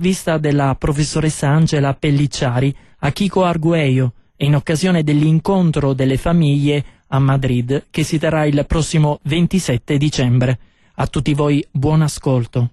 l'intervista della professoressa Angela Pellicciari a Chico Arguello in occasione dell'incontro delle famiglie a Madrid che si terrà il prossimo 27 dicembre. A tutti voi buon ascolto.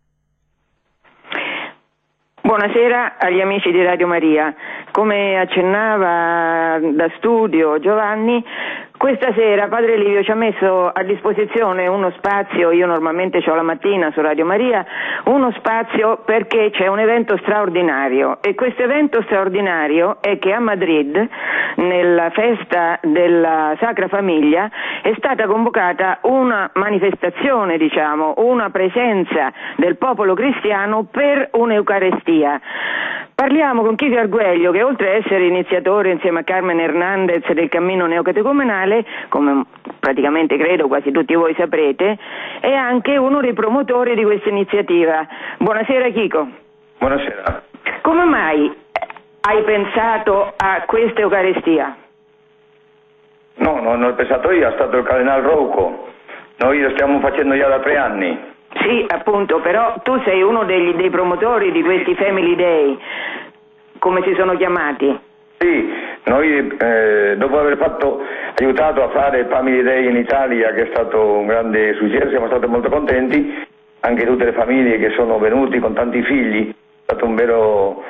Buonasera agli amici di Radio Maria. Come accennava da studio Giovanni, questa sera Padre Livio ci ha messo a disposizione uno spazio, io normalmente ho la mattina su Radio Maria, uno spazio perché c'è un evento straordinario, e questo evento straordinario è che a Madrid, nella festa della Sacra Famiglia, è stata convocata una manifestazione, una presenza del popolo cristiano per un'Eucarestia. Parliamo con Chico Arguello, che oltre ad essere iniziatore insieme a Carmen Hernandez del cammino neocatecumenale, come praticamente credo quasi tutti voi saprete, è anche uno dei promotori di questa iniziativa. Buonasera Chico. Buonasera. Come mai hai pensato a questa Eucaristia? No, non ho pensato io, è stato il Cardinal Rouco. Noi lo stiamo facendo già da 3 anni. Sì, appunto, però tu sei uno dei promotori di questi Family Day, come si sono chiamati. Sì, noi dopo aver aiutato a fare il Family Day in Italia, che è stato un grande successo, siamo stati molto contenti, anche tutte le famiglie che sono venuti con tanti figli, è stato un vero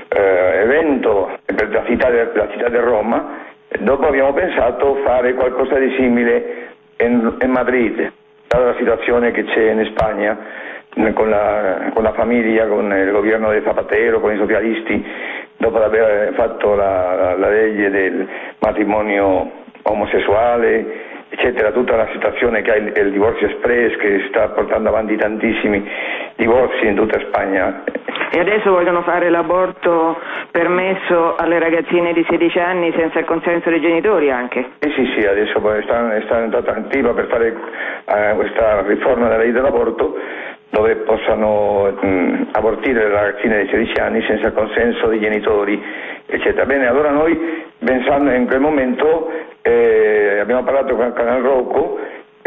evento per la città di Roma. Dopo abbiamo pensato fare qualcosa di simile in Madrid, data la situazione che c'è in Spagna con la famiglia, con il governo di Zapatero, con i socialisti, dopo aver fatto la legge del matrimonio omosessuale, eccetera, tutta la situazione che ha il divorzio express, che sta portando avanti tantissimi divorzi in tutta Spagna. E adesso vogliono fare l'aborto permesso alle ragazzine di 16 anni senza il consenso dei genitori anche? Sì, adesso sta in trattativa per fare questa riforma della legge dell'aborto, dove possano abortire le ragazzine di 16 anni senza il consenso dei genitori, eccetera. Bene, allora noi, pensando in quel momento, abbiamo parlato con il Cardinal Rouco,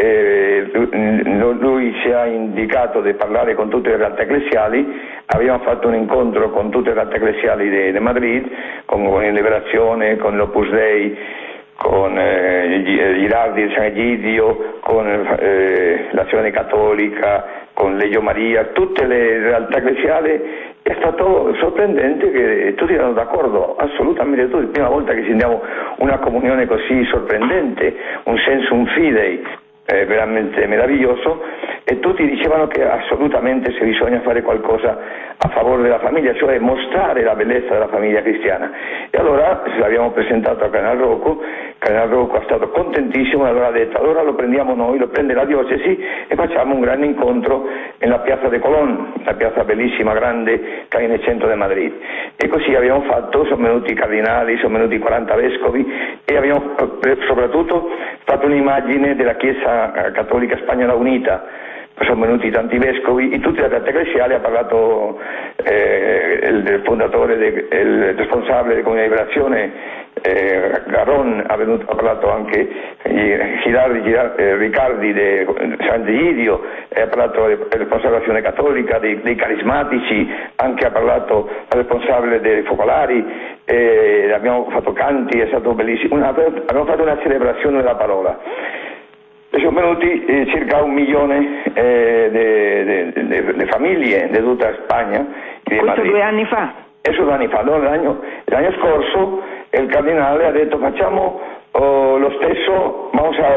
lui ci ha indicato di parlare con tutte le realtà ecclesiali. Abbiamo fatto un incontro con tutte le realtà ecclesiali di Madrid, con il Liberazione, con l'Opus Dei, con Girardi di San Egidio, con l'Azione Cattolica, con Legio Maria, tutte le realtà ecclesiali. È stato sorprendente che tutti erano d'accordo, assolutamente tutti, prima volta che sentiamo una comunione così sorprendente, un sensum fidei veramente meraviglioso, e tutti dicevano che assolutamente se bisogna fare qualcosa a favore della famiglia, cioè mostrare la bellezza della famiglia cristiana. E allora l'abbiamo presentato al Cardinal Rouco, il Cardinal Rouco è stato contentissimo e allora ha detto: allora lo prendiamo noi, lo prende la diocesi e facciamo un grande incontro nella Piazza de Colón, una piazza bellissima, grande, che è nel centro di Madrid. E così abbiamo fatto, sono venuti i cardinali, sono venuti 40 vescovi e abbiamo soprattutto fatto un'immagine della Chiesa Cattolica Spagnola Unita. Sono venuti tanti vescovi e tutti la realtà ecclesiale, ha parlato il fondatore, il responsabile della Comunità di Liberazione, Garon, ha parlato anche Riccardi di Sant'Egidio, ha parlato il responsabile dell'Azione Cattolica, dei carismatici, anche ha parlato il responsabile dei focolari, abbiamo fatto canti, è stato bellissimo, abbiamo fatto una celebrazione della parola. Sono venuti circa 1 milione di famiglie di tutta Spagna. Questo 2 anni fa? Questo 2 anni fa. Allora, l'anno scorso il cardinale ha detto: facciamo lo stesso,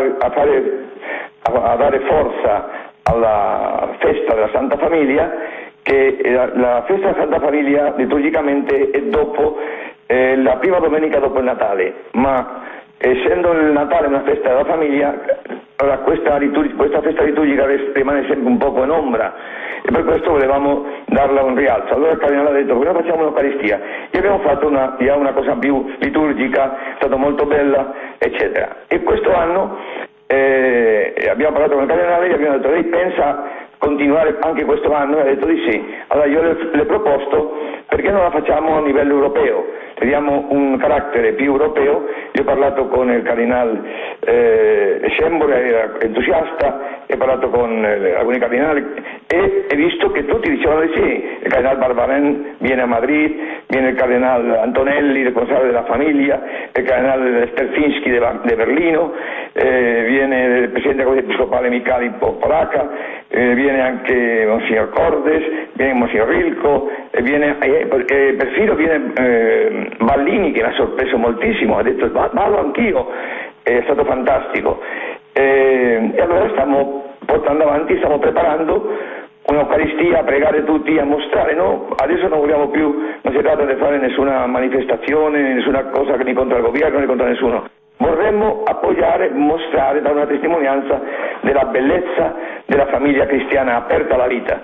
a dare forza alla festa della Santa Famiglia, che la festa della Santa Famiglia liturgicamente è dopo la prima domenica dopo il Natale, ma essendo il Natale una festa della famiglia, allora questa festa liturgica rimane sempre un poco in ombra, e per questo volevamo darla un rialzo. Allora il Cardinale ha detto: noi facciamo l'Eucaristia, e abbiamo fatto una cosa più liturgica, è stata molto bella, eccetera. E questo anno abbiamo parlato con il Cardinale e abbiamo detto: lei pensa continuare anche questo anno? E ha detto di sì. Allora io le ho proposto: perché non la facciamo a livello europeo, le diamo un carattere più europeo. Io ho parlato con il Cardinale Schembore, era entusiasta, e parlato con alcuni cardinali e visto che tutti dicevano di sì. Il cardinale Barbarin viene a Madrid, viene il cardinale Antonelli, responsabile della famiglia, il cardinale Sterfinski di Berlino, viene il presidente della Consiglio Episcopale Michali Polacca, viene anche Monsignor Cordes, viene Monsignor Rilco, perfino viene Vallini, che mi ha sorpreso moltissimo, ha detto vado anch'io, è stato fantastico. E allora stiamo portando avanti, stiamo preparando un'Eucaristia, a pregare tutti, a mostrare, no? Adesso non vogliamo più, non si tratta di fare nessuna manifestazione, nessuna cosa che ne contro il governo, ne contro nessuno. Vorremmo appoggiare, mostrare, dare una testimonianza della bellezza della famiglia cristiana aperta alla vita.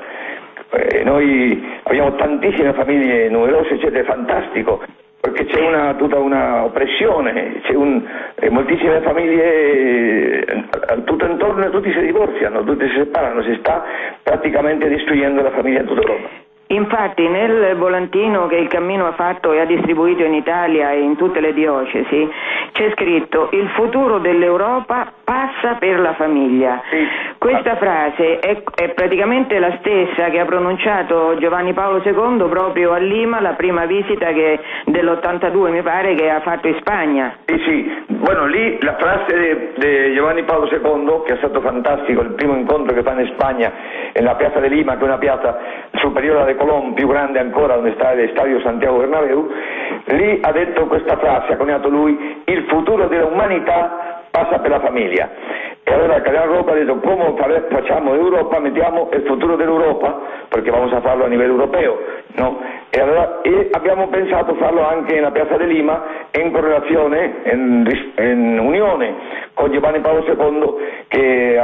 Noi abbiamo tantissime famiglie numerose, eccetera, è fantastico, perché c'è tutta una oppressione, moltissime famiglie tutto intorno, tutti si divorziano, tutti si separano, si sta praticamente distruggendo la famiglia in tutta Europa. Infatti nel volantino che il Cammino ha fatto e ha distribuito in Italia e in tutte le diocesi c'è scritto: il futuro dell'Europa passa per la famiglia. Sì. Questa frase è praticamente la stessa che ha pronunciato Giovanni Paolo II proprio a Lima, la prima visita dell'82 mi pare che ha fatto in Spagna. Sì, bueno, lì la frase di Giovanni Paolo II, che è stato fantastico, il primo incontro che fanno in Spagna, nella piazza di Lima, che è una piazza superiore alle Colón, più grande ancora, donde sta il stadio Santiago Bernabéu, lì ha detto questa frase, ha coniato lui: il futuro dell'umanità passa per la famiglia. E allora il cardinale Rocco ha detto: come facciamo Europa, mettiamo il futuro dell'Europa, perché vamos a farlo a livello europeo, no? E allora abbiamo pensato farlo anche nella piazza di Lima, in correlazione, in unione con Giovanni Paolo II, che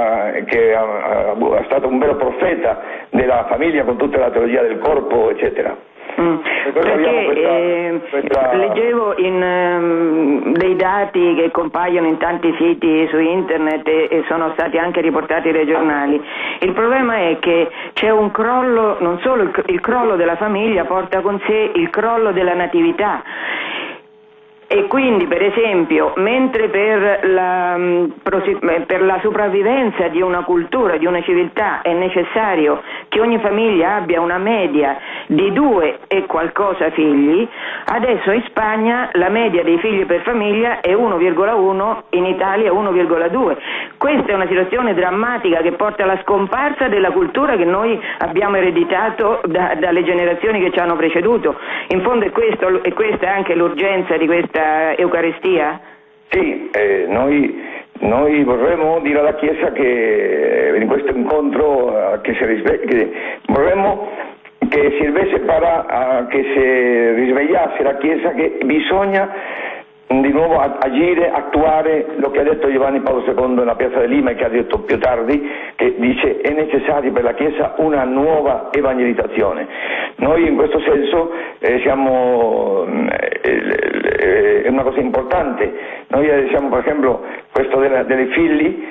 è stato un vero profeta della famiglia, con tutta la teologia del corpo, eccetera. Perché leggevo dei dati che compaiono in tanti siti su internet e sono stati anche riportati dai giornali. Il problema è che c'è un crollo, non solo il crollo della famiglia porta con sé il crollo della natività. E quindi, per esempio, mentre per la sopravvivenza di una cultura, di una civiltà, è necessario che ogni famiglia abbia una media di 2 e qualcosa figli, adesso in Spagna la media dei figli per famiglia è 1,1, in Italia 1,2. Questa è una situazione drammatica che porta alla scomparsa della cultura che noi abbiamo ereditato dalle generazioni che ci hanno preceduto. In fondo è questa anche l'urgenza di questa Eucaristia? Sì, noi vorremmo dire alla Chiesa che in questo incontro vorremmo che servesse che si risvegliasse la Chiesa, che bisogna di nuovo agire, attuare lo che ha detto Giovanni Paolo II nella piazza di Lima e che ha detto più tardi, che dice è necessario per la Chiesa una nuova evangelizzazione. Noi in questo senso è una cosa importante. Noi siamo, per esempio, questo dei figli.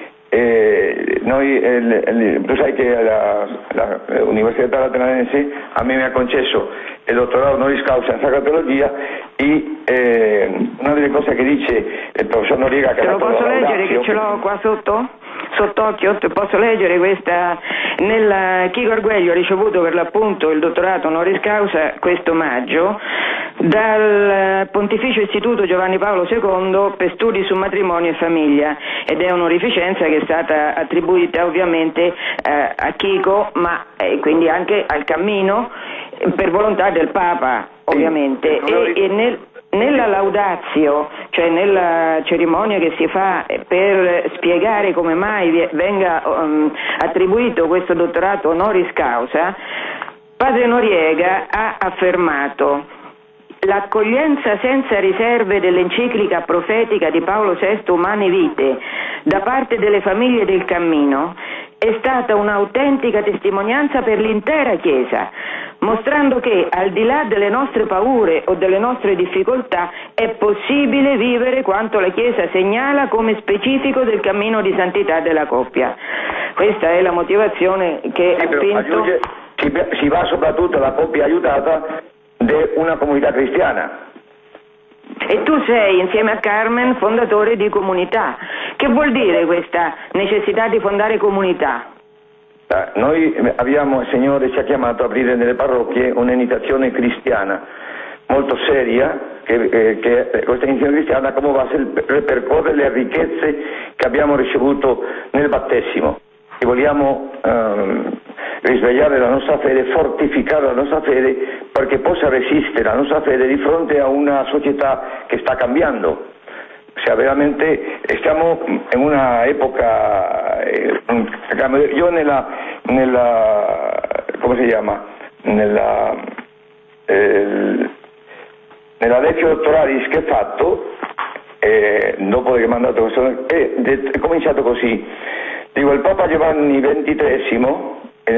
Tu sai che l'Università Lateranense a me mi ha concesso il dottorato honoris causa in Sacra Teologia e una delle cose che dice il professor Noriega, che te lo posso leggere, che ce l'ho qua sott'occhio, posso leggere questa. Nel Chico Arguello ha ricevuto per l'appunto il dottorato honoris causa questo maggio dal Pontificio Istituto Giovanni Paolo II per studi su matrimonio e famiglia, ed è un'onorificenza che è stata attribuita ovviamente a Chico, ma quindi anche al Cammino, per volontà del Papa ovviamente. E nella laudatio, cioè nella cerimonia che si fa per spiegare come mai venga attribuito questo dottorato honoris causa, Padre Noriega ha affermato: l'accoglienza senza riserve dell'enciclica profetica di Paolo VI Humanae Vitae da parte delle famiglie del Cammino è stata un'autentica testimonianza per l'intera Chiesa, mostrando che al di là delle nostre paure o delle nostre difficoltà è possibile vivere quanto la Chiesa segnala come specifico del cammino di santità della coppia. Questa è la motivazione che ha spinto. Si va soprattutto alla coppia aiutata di una comunità cristiana. E tu sei, insieme a Carmen, fondatore di comunità. Che vuol dire questa necessità di fondare comunità? Noi abbiamo, il Signore ci ha chiamato a aprire nelle parrocchie un'iniziazione cristiana molto seria, che questa iniziazione cristiana ha come base il percorrere le ricchezze che abbiamo ricevuto nel battesimo. E vogliamo risvegliare la nostra fede, fortificare la nostra fede perché possa resistere la nostra fede di fronte a una società che sta cambiando. Cioè, veramente stiamo in una epoca, io nella come si chiama? Nella legge dottoralis che ho fatto, dopo che ho mandato questo, è cominciato così. Dico, il Papa Giovanni XXIII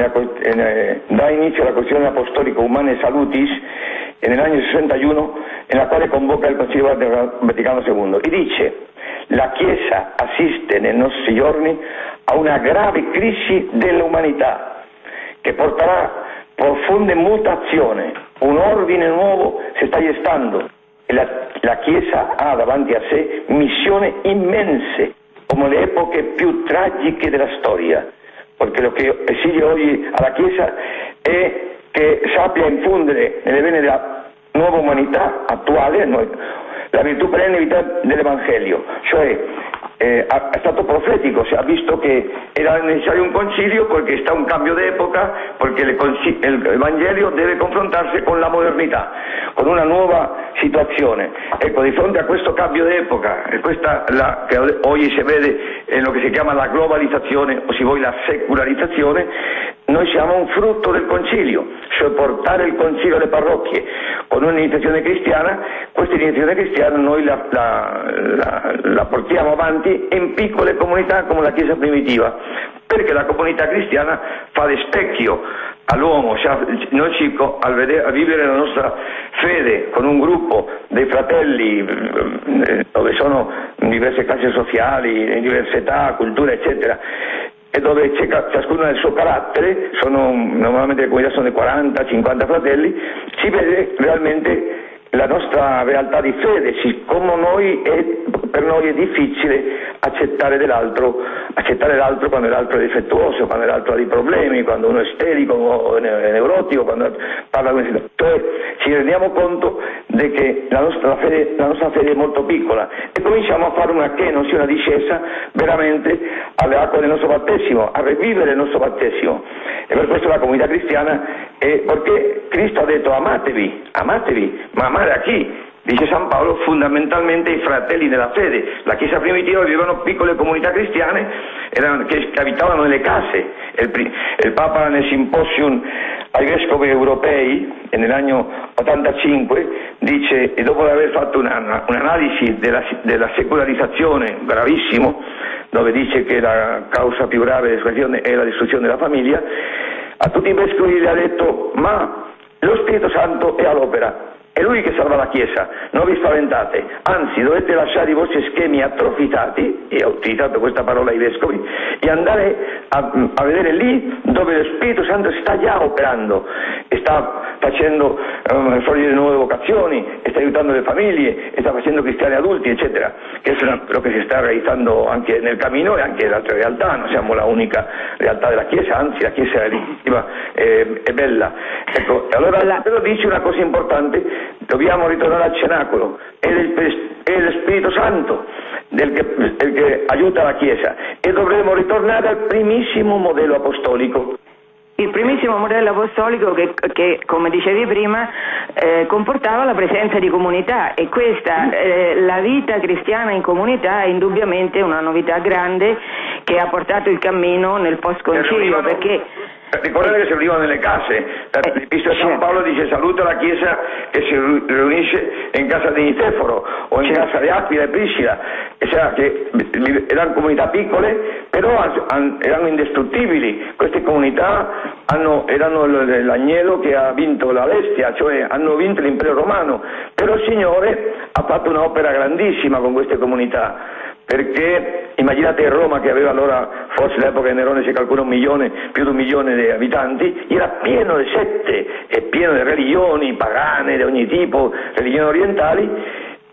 dà inizio alla questione apostolica Humanae Salutis nell'anno 61, nella quale convoca il Concilio Vaticano II e dice: la Chiesa assiste nei nostri giorni a una grave crisi dell'umanità che porterà profonde mutazioni, un ordine nuovo si sta gestando e la Chiesa ha davanti a sé missioni immense come le epoche più tragiche della storia, perché lo che esige oggi alla Chiesa è che sappia infondere nelle vene della nuova umanità attuale la virtù perenne dell'Evangelio, cioè è stato profetico, si ha visto che era necessario un concilio perché sta un cambio d'epoca, perché il Vangelo deve confrontarsi con la modernità, con una nuova situazione. Ecco, di fronte a questo cambio d'epoca, che oggi si vede in lo che si chiama la globalizzazione o si vuole la secolarizzazione, noi siamo un frutto del concilio, cioè portare il concilio alle parrocchie con un'iniziazione cristiana. Questa iniziazione cristiana noi la portiamo avanti in piccole comunità come la Chiesa primitiva, perché la comunità cristiana fa da specchio all'uomo. Noi a vivere la nostra fede con un gruppo dei fratelli dove sono diverse classi sociali, diverse età, culture eccetera, e dove c'è ciascuno nel suo carattere, normalmente le comunità sono di 40-50 fratelli, si vede realmente la nostra realtà di fede, per noi è difficile accettare l'altro quando l'altro è difettuoso, quando l'altro ha dei problemi, quando uno è isterico o neurotico, quando parla con il... Cioè, ci rendiamo conto di che la nostra fede è molto piccola e cominciamo a fare una discesa veramente alle acque del nostro battesimo, a rivivere il nostro battesimo. E per questo la comunità cristiana perché Cristo ha detto amatevi, ma amare a chi? Dice San Paolo, fondamentalmente i fratelli della fede. La Chiesa primitiva vivevano piccole comunità cristiane che abitavano nelle case. Il Papa nel Symposium ai Vescovi Europei nell'anno 85 dice, e dopo aver fatto un'analisi della secolarizzazione gravissimo, dove dice che la causa più grave dell'esclusione è la distruzione della famiglia, a tutti i vescovi gli ha detto: ma lo Spirito Santo è all'opera, è Lui che salva la Chiesa, non vi spaventate, anzi dovete lasciare i vostri schemi atrofitati, e ho utilizzato questa parola ai vescovi, e andare a vedere lì dove lo Spirito Santo sta già operando, e sta facendo sorgere nuove vocazioni, e sta aiutando le famiglie, e sta facendo cristiani adulti, eccetera, che è quello che si sta realizzando anche nel cammino e anche in altre realtà. Non siamo la unica realtà della Chiesa, anzi la Chiesa è ricchissima, è bella. Ecco, allora però dice una cosa importante: dobbiamo ritornare al cenacolo, è lo Spirito Santo che aiuta la Chiesa, e dovremo ritornare al primissimo modello apostolico. Il primissimo modello apostolico che come dicevi prima, comportava la presenza di comunità, e questa, la vita cristiana in comunità, è indubbiamente una novità grande che ha portato il cammino nel post-concilio, perché... Ricordate che si riunivano nelle case, l'Epistolo di San Paolo dice: saluta la Chiesa che si riunisce in casa di Niceforo o in casa di Aquila e Priscilla, cioè che erano comunità piccole però erano indistruttibili. Queste comunità erano l'agnello che ha vinto la bestia, cioè hanno vinto l'impero romano, però il Signore ha fatto un'opera grandissima con queste comunità. Perché immaginate Roma, che aveva allora, forse all'epoca di Nerone si calcola più di 1 milione di abitanti, era pieno di sette e pieno di religioni pagane di ogni tipo, religioni orientali,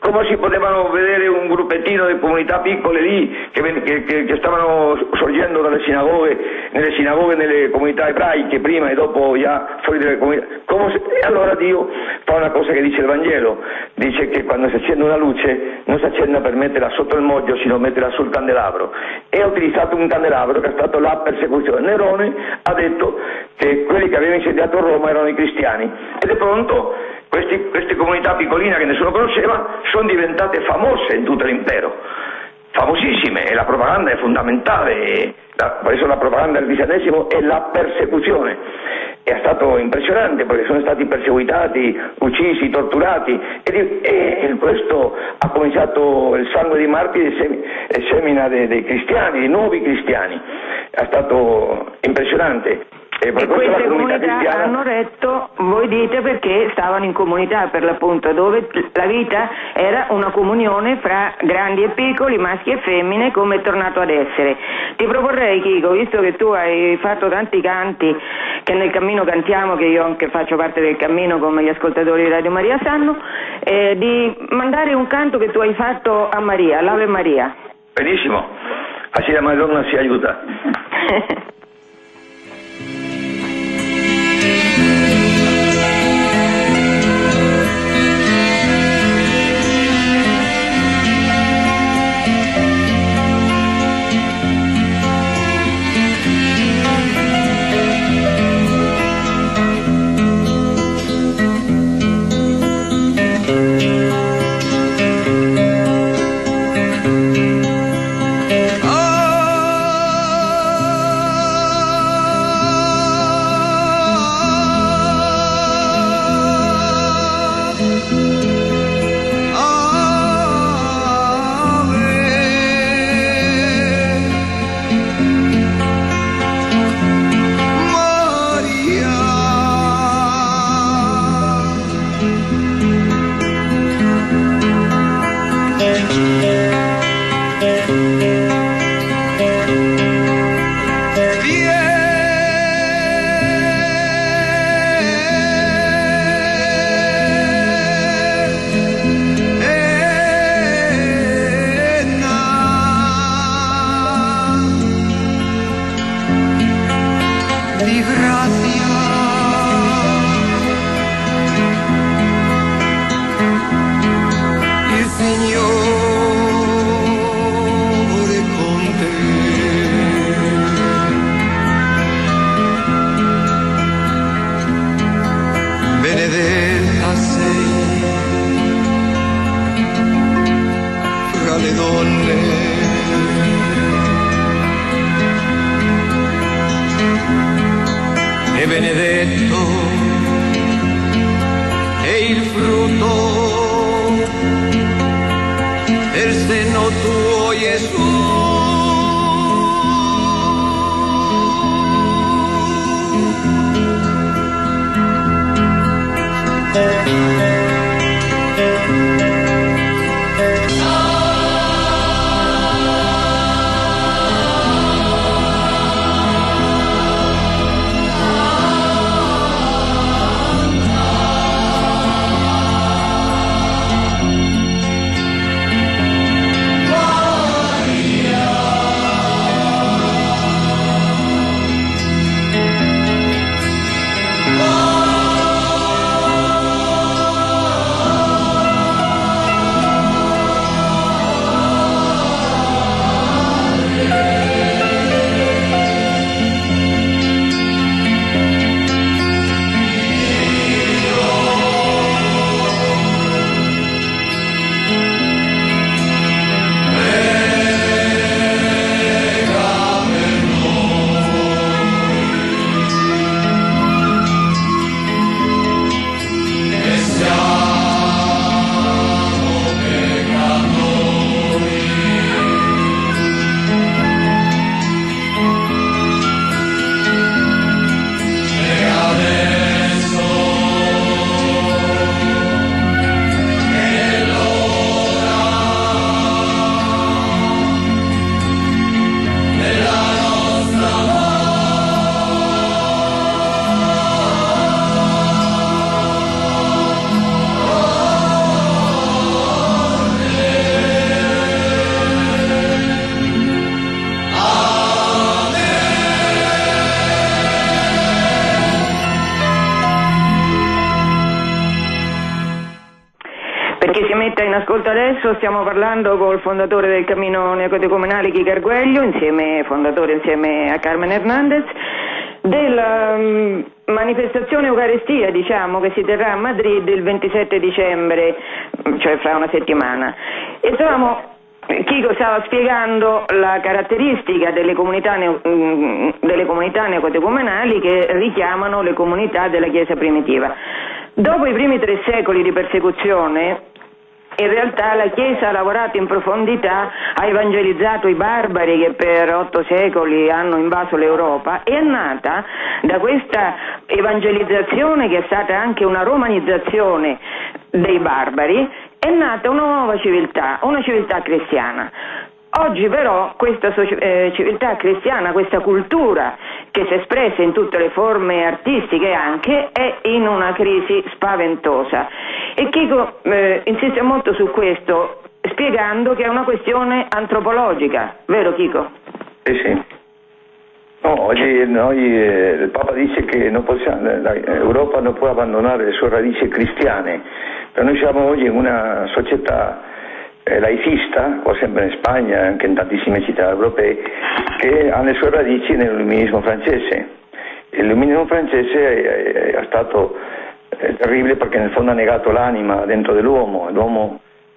come si potevano vedere un gruppettino di comunità piccole lì che stavano sorgendo nelle sinagoghe, nelle comunità ebraiche prima e dopo già fuori dalle comunità. E allora Dio fa una cosa che dice il Vangelo, dice che quando si accende una luce non si accende per metterla sotto il moggio, sino metterla sul candelabro, e ha utilizzato un candelabro che è stato la persecuzione. Nerone ha detto che quelli che avevano incendiato Roma erano i cristiani, ed è pronto queste comunità piccoline che nessuno conosceva sono diventate famose in tutto l'impero, famosissime, e la propaganda è fondamentale. Per eso la propaganda del cristianesimo è la persecuzione. È stato impressionante perché sono stati perseguitati, uccisi, torturati, e questo ha cominciato il sangue dei martiri e semina dei cristiani, dei nuovi cristiani. È stato impressionante. E queste comunità hanno retto, voi dite, perché stavano in comunità, per l'appunto, dove la vita era una comunione fra grandi e piccoli, maschi e femmine, come è tornato ad essere. Ti proporrei, Chico, visto che tu hai fatto tanti canti che nel cammino cantiamo, che io anche faccio parte del cammino come gli ascoltatori di Radio Maria sanno, di mandare un canto che tu hai fatto a Maria, l'Ave Maria. Benissimo, así la Madonna si aiuta. Per chi si metta in ascolto adesso, stiamo parlando col fondatore del Cammino Neocatecumenale Chico Arguello, fondatore insieme a Carmen Hernandez, della manifestazione Eucaristia, diciamo, che si terrà a Madrid il 27 dicembre, cioè fra una settimana. E Chico stava spiegando la caratteristica delle comunità neocatecumenali che richiamano le comunità della Chiesa primitiva. Dopo i primi 3 secoli di persecuzione, in realtà la Chiesa ha lavorato in profondità, ha evangelizzato i barbari che per 8 secoli hanno invaso l'Europa, e è nata da questa evangelizzazione, che è stata anche una romanizzazione dei barbari, è nata una nuova civiltà, una civiltà cristiana. Oggi però questa civiltà cristiana, questa cultura che si è espressa in tutte le forme artistiche anche, è in una crisi spaventosa. E Chico insiste molto su questo, spiegando che è una questione antropologica, vero Chico? Sì. No, oggi il Papa dice che l'Europa non può abbandonare le sue radici cristiane, però noi siamo oggi in una società laicista, come sempre in Spagna e anche in tantissime città europee, che ha le sue radici nell'illuminismo francese. L'illuminismo francese è stato terribile perché nel fondo ha negato l'anima dentro dell'uomo, l'uomo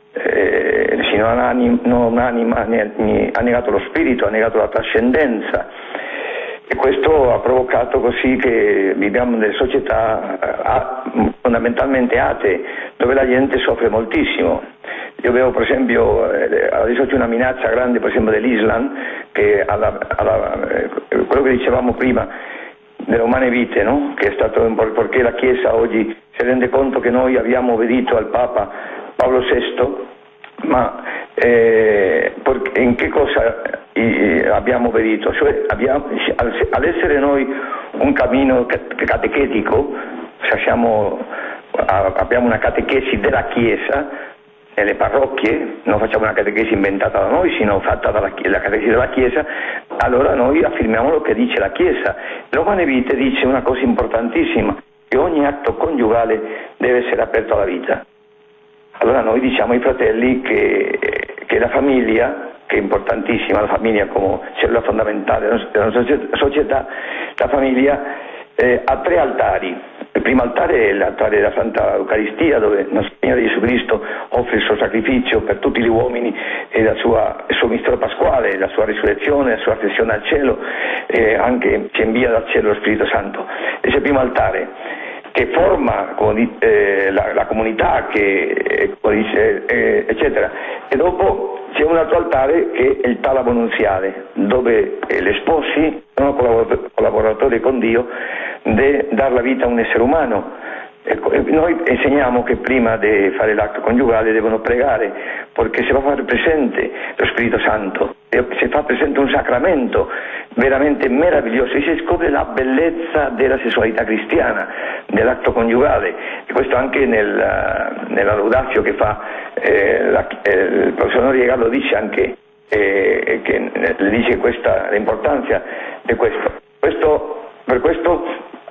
se non ha un'anima ha negato lo spirito, ha negato la trascendenza, e questo ha provocato così che viviamo nelle società fondamentalmente atee, dove la gente soffre moltissimo. Io vedo per esempio, adesso c'è una minaccia grande per esempio dell'Islam, che quello che dicevamo prima delle umane vite, no? Che è stato perché la Chiesa oggi si rende conto che noi abbiamo obbedito al Papa Paolo VI, ma in che cosa abbiamo obbedito? Cioè all'essere noi un cammino catechetico, abbiamo una catechesi della Chiesa nelle parrocchie, non facciamo una catechesi inventata da noi, sino fatta dalla catechesi della Chiesa, allora noi affermiamo lo che dice la Chiesa. L'Umane Vite dice una cosa importantissima, che ogni atto coniugale deve essere aperto alla vita. Allora noi diciamo ai fratelli che la famiglia, che è importantissima, la famiglia come cellula fondamentale della nostra società, la famiglia ha 3 altari. Il primo altare è l'altare della Santa Eucaristia, dove Nostra Signora Gesù Cristo offre il suo sacrificio per tutti gli uomini e il suo mistero pasquale, la sua risurrezione, la sua ascensione al cielo, e anche ci invia dal cielo lo Spirito Santo. Questo è il primo altare, che forma la comunità, eccetera. E dopo c'è un altro altare che è il talamo nunziale, dove gli sposi sono collaboratori con Dio di dare la vita a un essere umano. Noi insegniamo che prima di fare l'atto coniugale devono pregare, perché si va a fare presente lo Spirito Santo, si fa presente un sacramento veramente meraviglioso, e si scopre la bellezza della sessualità cristiana, dell'atto coniugale, e questo anche nella Laudatio che fa il professor Noriega lo dice anche, che le dice l'importanza di questo. Per questo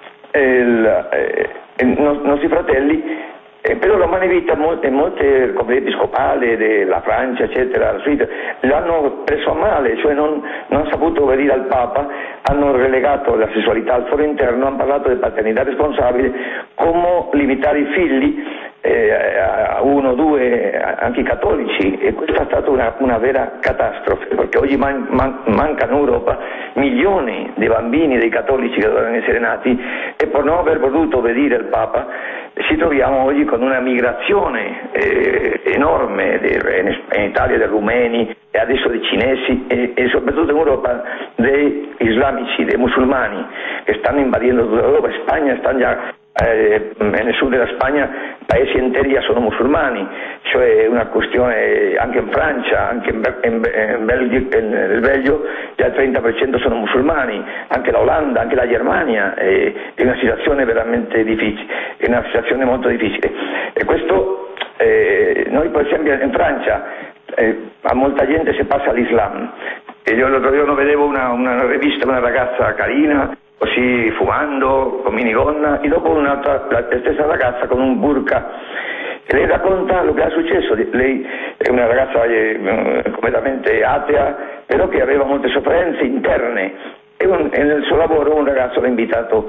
i nostri fratelli, però l'Umane Vita, molte conferenze episcopali della Francia, eccetera, l'hanno preso a male, cioè non hanno saputo obbedire al Papa, hanno relegato la sessualità al foro interno, hanno parlato di paternità responsabile, come limitare i figli a 1 o 2, anche i cattolici, e questa è stata una vera catastrofe, perché oggi mancano in Europa milioni di bambini, dei cattolici che dovevano essere nati, e per non aver potuto obbedire al Papa ci troviamo oggi con una migrazione enorme in Italia dei rumeni e adesso dei cinesi e soprattutto in Europa dei islamici, dei musulmani che stanno invadendo tutta l'Europa. In Spagna stanno già nel sud della Spagna paesi interi sono musulmani, cioè una questione anche in Francia, anche nel Belgio già il 30% sono musulmani, anche la Olanda, anche la Germania, è una situazione veramente difficile, è una situazione molto difficile. E questo noi per esempio in Francia a molta gente si passa all'Islam, e io l'altro giorno vedevo una rivista, una ragazza carina così fumando con minigonna, e dopo la stessa ragazza con un burqa, e lei racconta lo che è successo. Lei è una ragazza completamente atea, però che aveva molte sofferenze interne, e nel suo lavoro un ragazzo l'ha invitato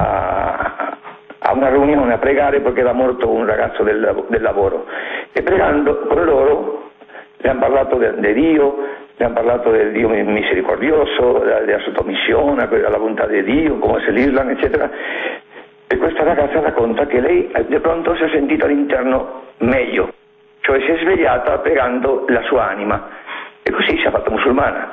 a una riunione a pregare perché era morto un ragazzo del lavoro, e pregando con loro le hanno parlato di Dio, le hanno parlato del Dio misericordioso, della sottomissione alla volontà di Dio, come se l'Islam, eccetera. E questa ragazza racconta che lei di pronto si è sentita all'interno meglio, cioè si è svegliata pregando la sua anima, e così si è fatta musulmana,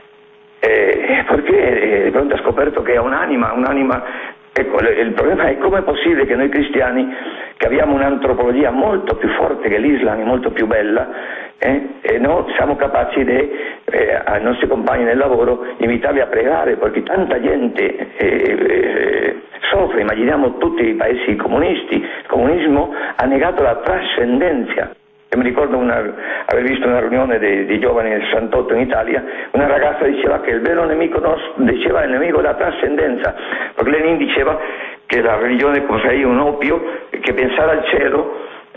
perché di pronto ha scoperto che ha un'anima. Ecco, il problema è come è possibile che noi cristiani, che abbiamo un'antropologia molto più forte che l'Islam, molto più bella, e noi siamo capaci ai nostri compagni nel lavoro invitarli a pregare, perché tanta gente soffre. Immaginiamo tutti i paesi comunisti. Il comunismo ha negato la trascendenza. E mi ricordo aver visto una riunione di giovani nel 68 in Italia, una ragazza diceva che il vero nemico nostro, diceva il nemico della trascendenza, perché Lenin diceva che la religione è un oppio, che pensare al cielo,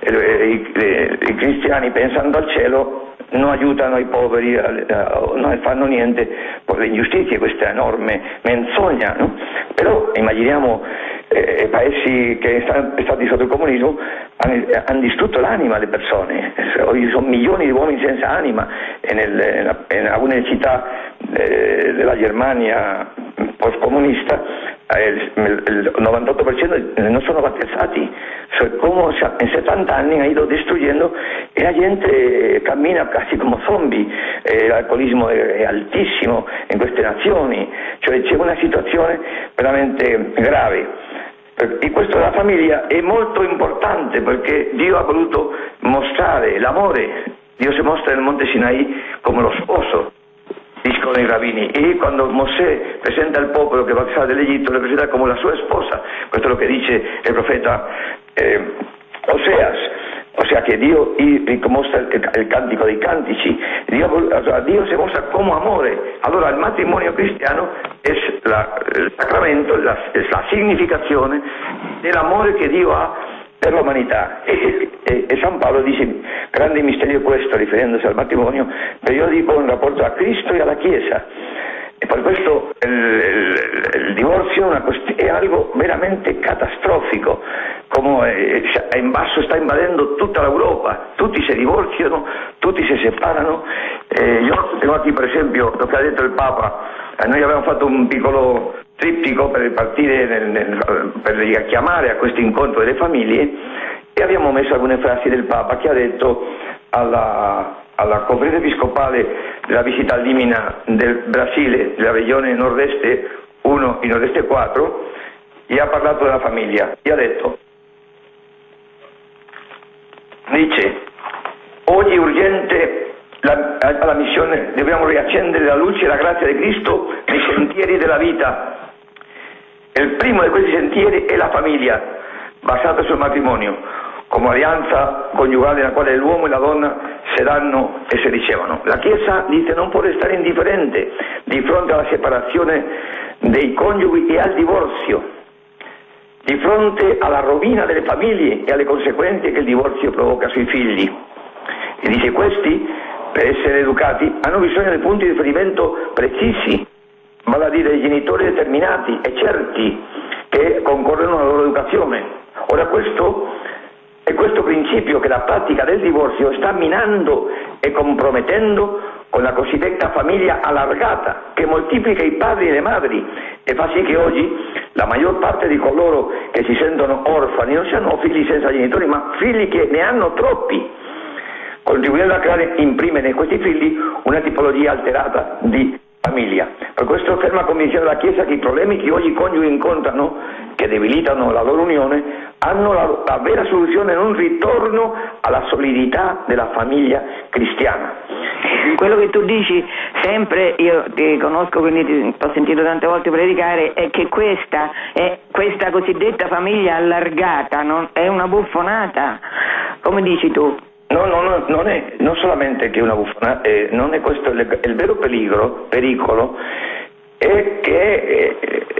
i cristiani pensando al cielo non aiutano i poveri, non fanno niente per le ingiustizie, questa enorme menzogna, no? Però immaginiamo paesi che sono stati sotto il comunismo hanno distrutto l'anima alle persone. Oggi sono milioni di uomini senza anima, e in alcune città della Germania post-comunista il 98% non sono battezzati. Come in 70 anni ha ido distruggendo, e la gente cammina quasi come zombie, l'alcolismo è altissimo in queste nazioni, cioè c'è una situazione veramente grave. E questo della famiglia è molto importante, perché Dio ha voluto mostrare l'amore. Dio si mostra nel Monte Sinai come lo sposo, dicono i rabbini, e quando Mosè presenta il popolo che va a passare dall'Egitto, lo presenta come la sua sposa. Questo è lo che dice il profeta Oseas, ossia che Dio mostra il cantico dei cantici. Dio si mostra come amore. Allora il matrimonio cristiano è il sacramento, la significazione dell'amore che Dio ha per l'umanità, e San Paolo dice: grande mistero questo, riferendosi al matrimonio, io dico in rapporto a Cristo e alla Chiesa. E per questo il divorzio è algo veramente catastrofico, come in basso sta invadendo tutta l'Europa, tutti si divorziano, tutti si separano. Io tengo qui per esempio lo che ha detto il Papa. Noi abbiamo fatto un piccolo triptico per partire per chiamare a questo incontro delle famiglie, e abbiamo messo alcune frasi del Papa, che ha detto alla conferenza episcopale della visita all'Imina del Brasile, della regione nord-est 1 e nord-est 4, e ha parlato della famiglia, e ha detto, dice: oggi è urgente alla missione, dobbiamo riaccendere la luce e la grazia di Cristo nei sentieri della vita. Il primo di questi sentieri è la famiglia, basata sul matrimonio, come alleanza coniugale nella quale l'uomo e la donna si danno e si ricevono. La Chiesa, dice, non può restare indifferente di fronte alla separazione dei coniughi e al divorzio, di fronte alla rovina delle famiglie e alle conseguenze che il divorzio provoca sui figli. E dice: questi, per essere educati, hanno bisogno di punti di riferimento precisi, vale a dire dei genitori determinati e certi che concorrono alla loro educazione. Ora è questo principio che la pratica del divorzio sta minando e compromettendo con la cosiddetta famiglia allargata, che moltiplica i padri e le madri e fa sì che oggi la maggior parte di coloro che si sentono orfani non siano figli senza genitori, ma figli che ne hanno troppi, contribuendo a creare, imprimere in questi figli una tipologia alterata di famiglia. Per questo è ferma convinzione della Chiesa che i problemi che oggi i coniughi incontrano, che debilitano la loro unione, hanno la vera soluzione in un ritorno alla solidità della famiglia cristiana. Quello che tu dici sempre, io ti conosco, quindi ti ho sentito tante volte predicare, è che questa cosiddetta famiglia allargata è una buffonata, come dici tu. No, non solamente che è una buffonata, non è questo il vero pericolo, è che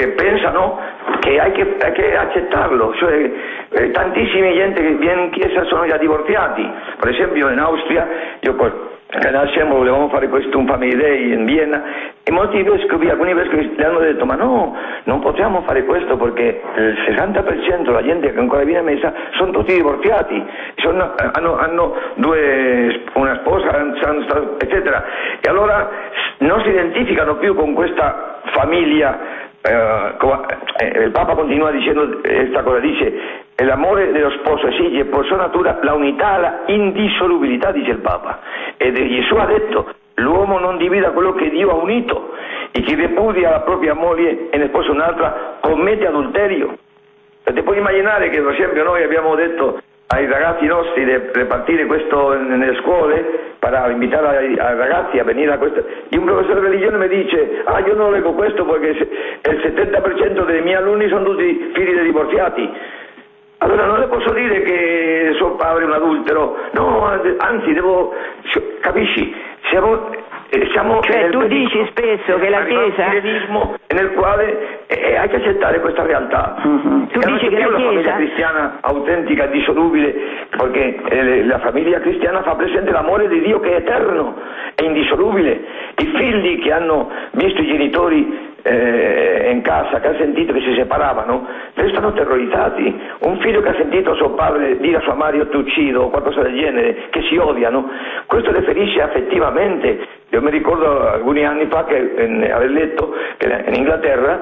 che pensano che hai che accettarlo, cioè tantissima gente che viene in chiesa sono già divorziati. Per esempio in Austria, io nascemmo, volevamo fare questo un Family Day in Vienna, e molti vescovi, alcuni vescovi le hanno detto: ma no, non possiamo fare questo perché il 60% della gente che ancora viene a messa sono tutti divorziati, hanno una sposa, eccetera, e allora non si identificano più con questa famiglia. Il Papa continua dicendo questa cosa, dice: l'amore dello sposo esige por sua natura la unità, la indissolubilità, dice il Papa, e Gesù ha detto: l'uomo non divida quello che Dio ha unito, e chi ripudia la propria moglie e ne sposa un'altra commette adulterio. Ti puoi immaginare che per esempio noi abbiamo detto ai ragazzi nostri di repartire questo nelle scuole per invitare ai ragazzi a venire a questo, e un professore di religione mi dice: io non leggo questo perché il 70% dei miei alunni sono tutti figli di divorziati. Allora non le posso dire che suo padre è un adultero, no, anzi capisci, siamo cioè tu dici spesso che la Chiesa nel quale hai che accettare questa realtà. Tu dici che la famiglia cristiana autentica, dissolubile, perché la famiglia cristiana fa presente l'amore di Dio che è eterno, è indissolubile. I figli che hanno visto i genitori in casa, che ha sentito che si separavano, restano terrorizzati. Un figlio che ha sentito suo padre dire a sua madre: io ti uccido, o qualcosa del genere, che si odiano, questo le ferisce affettivamente. Io mi ricordo alcuni anni fa che aver letto che in Inghilterra,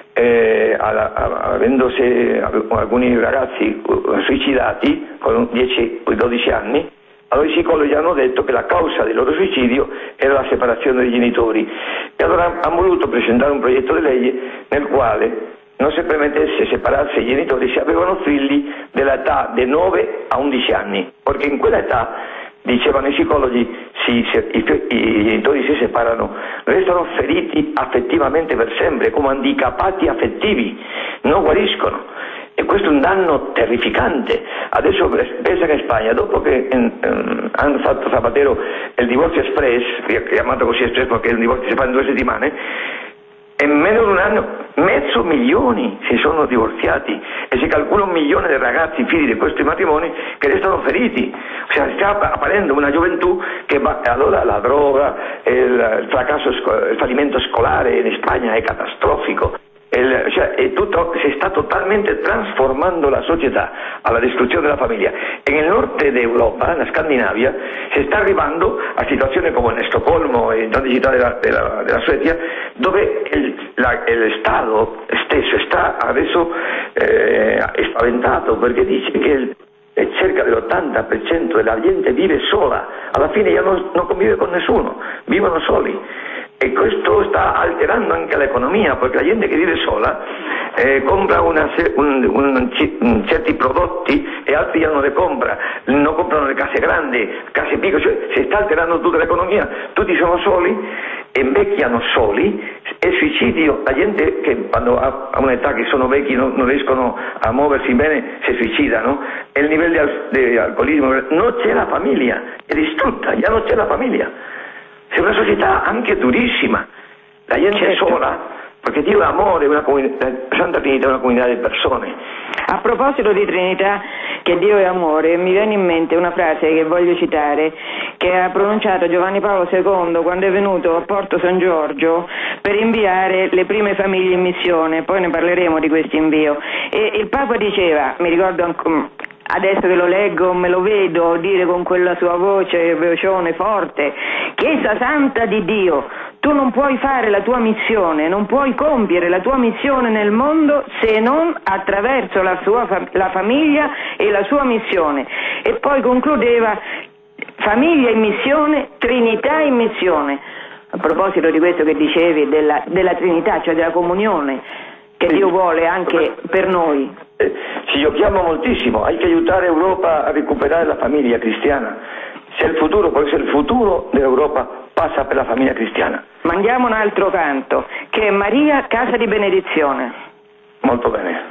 avendosi alcuni ragazzi suicidati con 10-12 anni, allora i psicologi hanno detto che la causa del loro suicidio era la separazione dei genitori, e allora hanno voluto presentare un progetto di legge nel quale non si permettesse separarsi i genitori se avevano figli dell'età di 9 a 11 anni, perché in quell'età, dicevano i psicologi, i genitori si separano, restano feriti affettivamente per sempre, come handicappati affettivi, non guariscono. E questo è un danno terrificante. Adesso pensa che in Spagna, dopo che hanno fatto Zapatero il divorzio express, chiamato così express perché il divorzio si fa in 2 settimane, in meno di un anno 500.000 si sono divorziati, e si calcola 1 milione di ragazzi figli di questi matrimoni che restano feriti. O sea, sta apparendo una gioventù che allora la droga, il fallimento scolare in Spagna è catastrofico. Tutto si sta totalmente trasformando la società alla distruzione della famiglia, e nel nord d'Europa, nella Scandinavia, si sta arrivando a situazioni come in Stoccolma e in tante città della Svezia, dove lo Stato stesso sta adesso spaventato, perché dice che cerca dell'80% della gente vive sola, alla fine ya non convive con nessuno, vivono soli. E questo sta alterando anche l'economia, perché la gente che vive sola compra certi prodotti e altri non le compra, non comprano le case grandi, case piccole, cioè si sta alterando tutta l'economia, tutti sono soli, invecchiano soli, e suicidio, la gente che quando ha un'età che sono vecchi non riescono a muoversi bene si suicidano, e il livello di alcolismo, non c'è la famiglia, è distrutta, già non c'è la famiglia. È una società anche durissima, la gente è sola, perché Dio è amore, la Santa Trinità è una comunità di persone. A proposito di Trinità, che Dio è amore, mi viene in mente una frase che voglio citare, che ha pronunciato Giovanni Paolo II quando è venuto a Porto San Giorgio per inviare le prime famiglie in missione. Poi ne parleremo di questo invio. E il Papa diceva, mi ricordo adesso che lo leggo, me lo vedo dire con quella sua voce forte: Chiesa Santa di Dio, tu non puoi fare la tua missione, non puoi compiere la tua missione nel mondo se non attraverso la famiglia e la sua missione. E poi concludeva: famiglia in missione, Trinità in missione. A proposito di questo che dicevi della Trinità, cioè della comunione che Dio vuole anche per noi. Ci giochiamo moltissimo, hai che aiutare l'Europa a recuperare la famiglia cristiana. Se il futuro dell'Europa passa per la famiglia cristiana. Mandiamo un altro canto, che è Maria, casa di benedizione. Molto bene.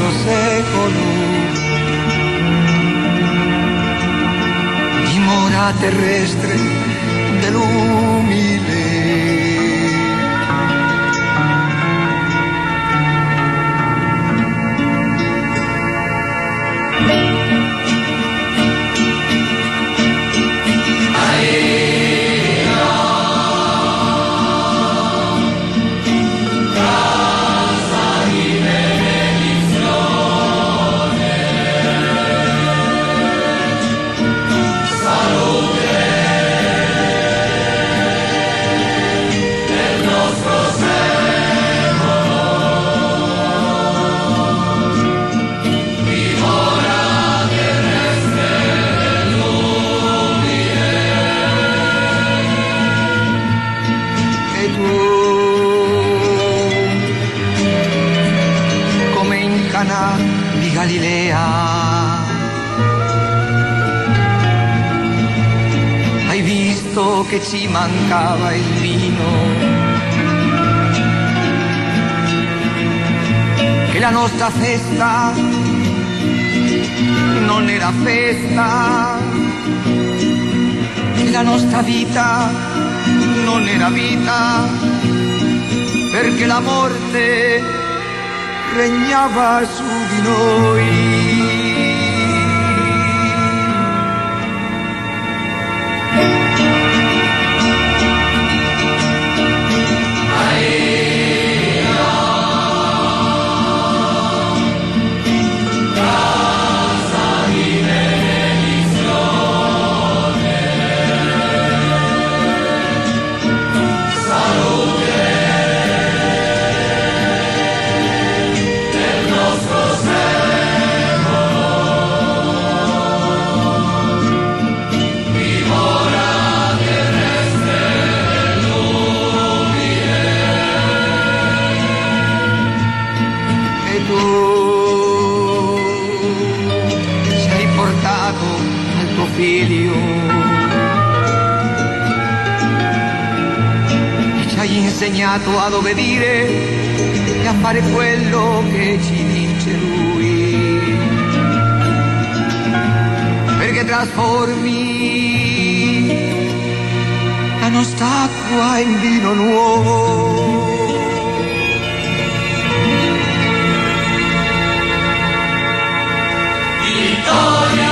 nostro secolo, dimora terrestre dell'umile. Di Galilea hai visto che ci mancava il vino, che la nostra festa non era festa, che la nostra vita non era vita, perché la morte regnava su di noi. Figlio, e ci hai insegnato ad obbedire e a fare quello che ci dice lui, perché trasformi la nostra acqua in vino nuovo. Vittoria!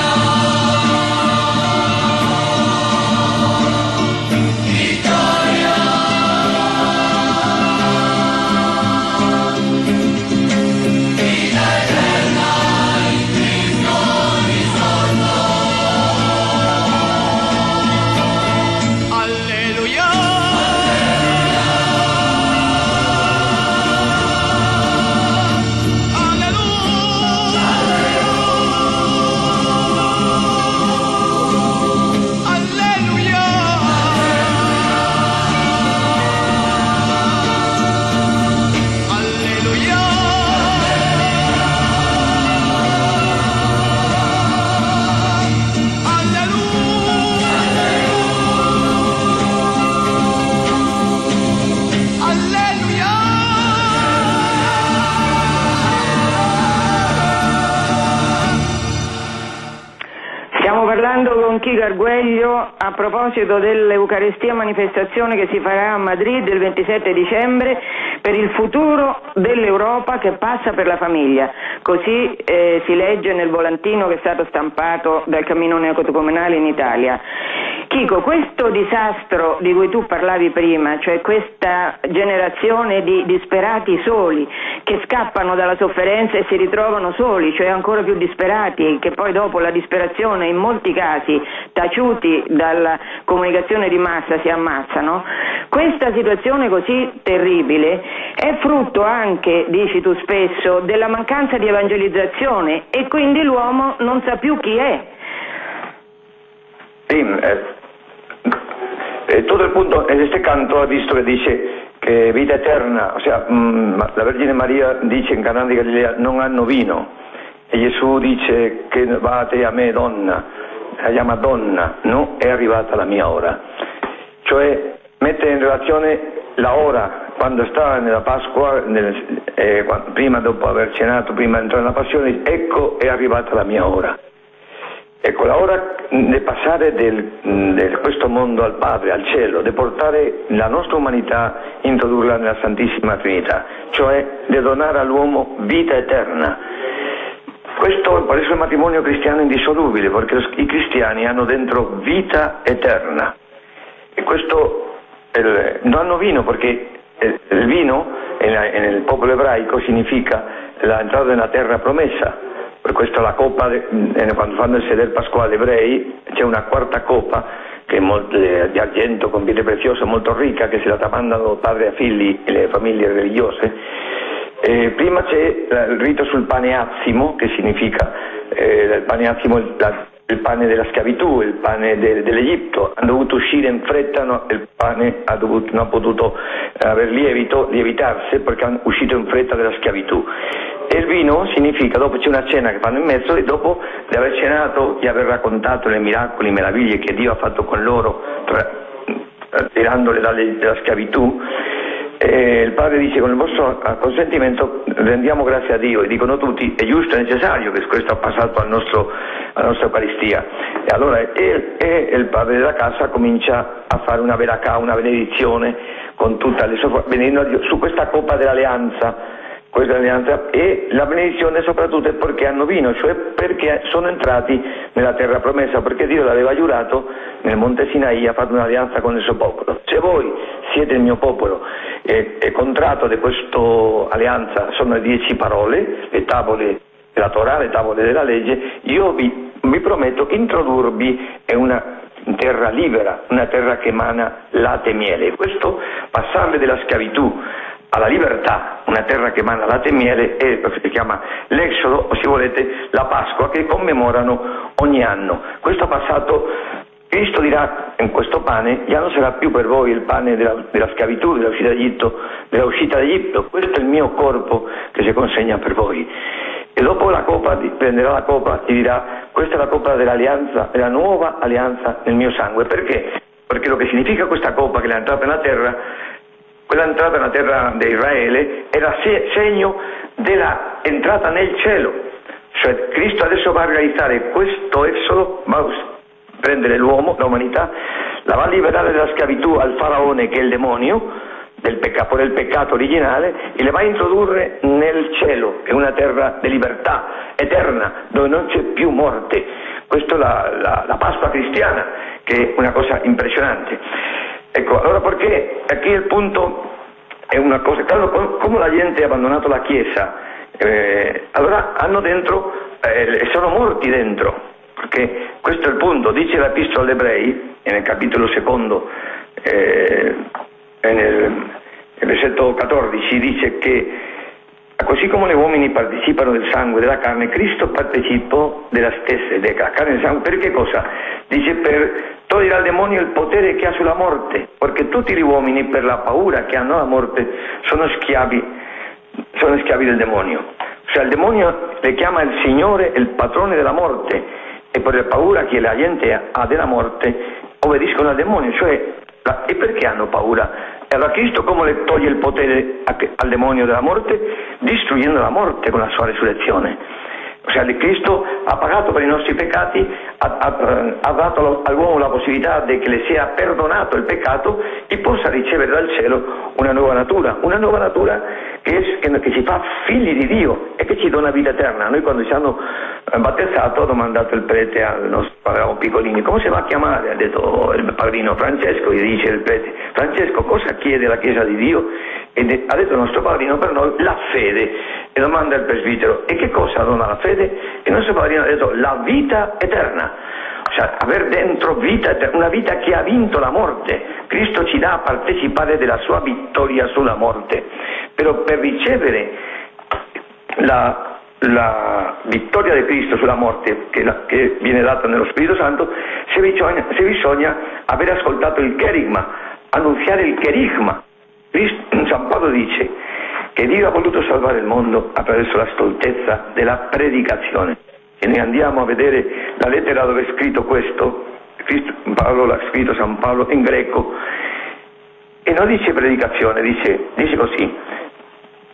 Parlando con Chico Arguello a proposito dell'Eucaristia manifestazione che si farà a Madrid il 27 dicembre per il futuro dell'Europa che passa per la famiglia. Così si legge nel volantino che è stato stampato dal Cammino Neocatecumenale in Italia. Chico, questo disastro di cui tu parlavi prima, cioè questa generazione di disperati soli che scappano dalla sofferenza e si ritrovano soli, cioè ancora più disperati, che poi dopo la disperazione in molti casi taciuti dalla comunicazione di massa si ammazzano, questa situazione così terribile è frutto anche, dici tu spesso, della mancanza di evangelizzazione e quindi l'uomo non sa più chi è. Sì, tutto il punto in este canto ha visto che dice che vita eterna, ossia la Vergine Maria dice in Cana di Galilea non hanno vino e Gesù dice che vate a me donna, la chiama donna, no, è arrivata la mia ora, cioè mette in relazione la ora quando sta nella Pasqua, prima, dopo aver cenato, prima di entrare nella passione, ecco è arrivata la mia ora. Ecco, la ora di passare di questo mondo al Padre, al cielo, di portare la nostra umanità, introdurla nella Santissima Trinità, cioè di donare all'uomo vita eterna. Questo, per eso il matrimonio cristiano è indissolubile, perché i cristiani hanno dentro vita eterna. E questo non hanno vino, perché il vino nel popolo ebraico significa l'entrata nella terra promessa. Per questo la coppa, quando fanno il seder pasquale ebrei, c'è una quarta coppa che è di argento con pietre preziose, molto ricca, che se la tramandano padre a figli e le famiglie religiose. Prima c'è il rito sul pane azimo, che significa il pane azimo, il pane della schiavitù, il pane dell'Egitto. Hanno dovuto uscire in fretta, il pane non ha potuto aver lievitarsi perché hanno uscito in fretta della schiavitù. E il vino significa, dopo c'è una cena che fanno in mezzo, e dopo di aver cenato, di aver raccontato le miracoli, le meraviglie che Dio ha fatto con loro, tirandole dalla schiavitù, il Padre dice: con il vostro consentimento rendiamo grazie a Dio. E dicono tutti: è giusto e necessario che questo ha passato alla nostra Eucaristia. E allora il Padre della casa comincia a fare una veracà, una benedizione con tutta le su questa coppa dell'alleanza. Questa alleanza, e la benedizione soprattutto è perché hanno vino, cioè perché sono entrati nella terra promessa, perché Dio l'aveva giurato nel Monte Sinai, ha fatto un'alleanza con il suo popolo. Se voi siete il mio popolo, e contratto di questa alleanza sono le 10 parole, le tavole della Torah, le tavole della legge, io vi prometto introdurvi in una terra libera, una terra che emana latte e miele. Questo passarle della schiavitù alla libertà, una terra che emana latte e miele, è lo che si chiama l'Esodo, o se volete la Pasqua, che commemorano ogni anno. Questo passato, Cristo dirà in questo pane: già non sarà più per voi il pane della schiavitù, della uscita d'Egitto, questo è il mio corpo che si consegna per voi. E dopo la coppa, prenderà la coppa e dirà: questa è la coppa dell'alleanza, della nuova alleanza nel mio sangue. Perché? Perché lo che significa questa coppa, che è entrata nella terra, quella entrata nella terra di Israele, era segno della entrata nel cielo. Cioè Cristo adesso va a realizzare questo esodo, va a prendere l'uomo, l'umanità, la va a liberare dalla schiavitù al faraone, che è il demonio, del peccato originale, e le va a introdurre nel cielo, che è una terra di libertà eterna, dove non c'è più morte. Questa è la Pasqua cristiana, che è una cosa impressionante. Ecco, allora perché qui il punto è una cosa, come la gente ha abbandonato la Chiesa, allora hanno dentro, sono morti dentro, perché questo è il punto. Dice l'Epistola agli Ebrei, nel capitolo 2, nel versetto 14, dice che così come gli uomini partecipano del sangue e della carne, Cristo partecipò della stessa, della carne e del sangue. Per che cosa? Dice: per togliere al demonio il potere che ha sulla morte, perché tutti gli uomini, per la paura che hanno alla morte, sono schiavi del demonio. Cioè il demonio le chiama il Signore, il padrone della morte, e per la paura che la gente ha della morte obbediscono al demonio. E perché hanno paura? E allora Cristo come le toglie il potere al demonio della morte? Distruggendo la morte con la sua resurrezione. Cioè Cristo ha pagato per i nostri peccati, ha dato all'uomo la possibilità di che le sia perdonato il peccato e possa ricevere dal cielo una nuova natura che ci fa figli di Dio e che ci dona vita eterna. Noi quando ci hanno battezzato ha domandato il prete al nostro, eravamo piccolini: come si va a chiamare? Ha detto il padrino: Francesco. Gli dice il prete: Francesco, cosa chiede la Chiesa di Dio? E ha detto il nostro padrino: per noi la fede. E domanda il presbitero: e che cosa dona la fede? E il nostro padrino ha detto: la vita eterna. Cioè aver dentro vita eterna, una vita che ha vinto la morte. Cristo ci dà a partecipare della sua vittoria sulla morte. Però per ricevere la vittoria di Cristo sulla morte, che viene data nello Spirito Santo, se bisogna aver ascoltato il cherigma, annunziare il cherigma. San Paolo dice che Dio ha voluto salvare il mondo attraverso la stoltezza della predicazione. E noi andiamo a vedere la lettera dove è scritto questo. Paolo l'ha scritto, San Paolo, in greco, e non dice predicazione, dice così: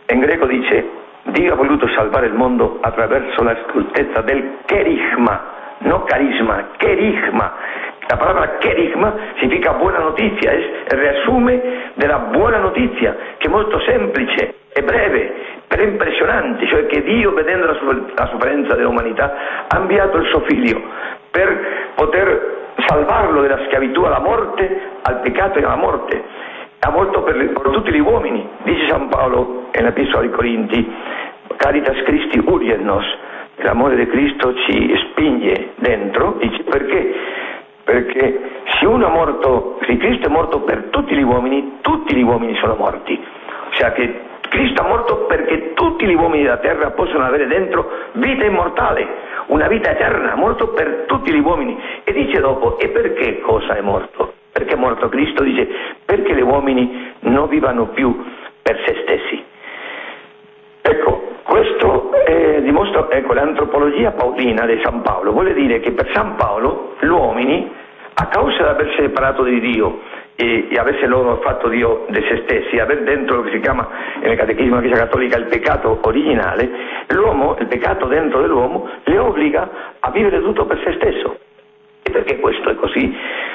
in greco dice: Dio ha voluto salvare il mondo attraverso la stoltezza del cherigma, non carisma, cherigma. La parola cherigma significa buona notizia, è il riassume della buona notizia, che è molto semplice e breve, però impressionante, cioè che Dio, vedendo la sofferenza dell'umanità, ha inviato il suo figlio per poter salvarlo dalla schiavitù alla morte, al peccato e alla morte. Ha molto per tutti gli uomini, dice San Paolo nell'Epistola ai Corinti: Caritas Christi urget nos, l'amore di Cristo ci spinge dentro. Dice perché? Perché se uno è morto, se Cristo è morto per tutti gli uomini sono morti. Cioè che Cristo è morto perché tutti gli uomini della terra possono avere dentro vita immortale, una vita eterna, morto per tutti gli uomini. E dice dopo: e perché cosa è morto? Perché è morto Cristo? Dice perché gli uomini non vivano più per se stessi. Ecco, questo dimostra, l'antropologia paolina di San Paolo vuole dire che per San Paolo gli uomini, a causa di aversi separato di Dio e aversi loro fatto Dio di se stessi, aver dentro lo che si chiama nel catechismo della Chiesa Cattolica il peccato originale, l'uomo, il peccato dentro dell'uomo, le obbliga a vivere tutto per se stesso. E perché questo è così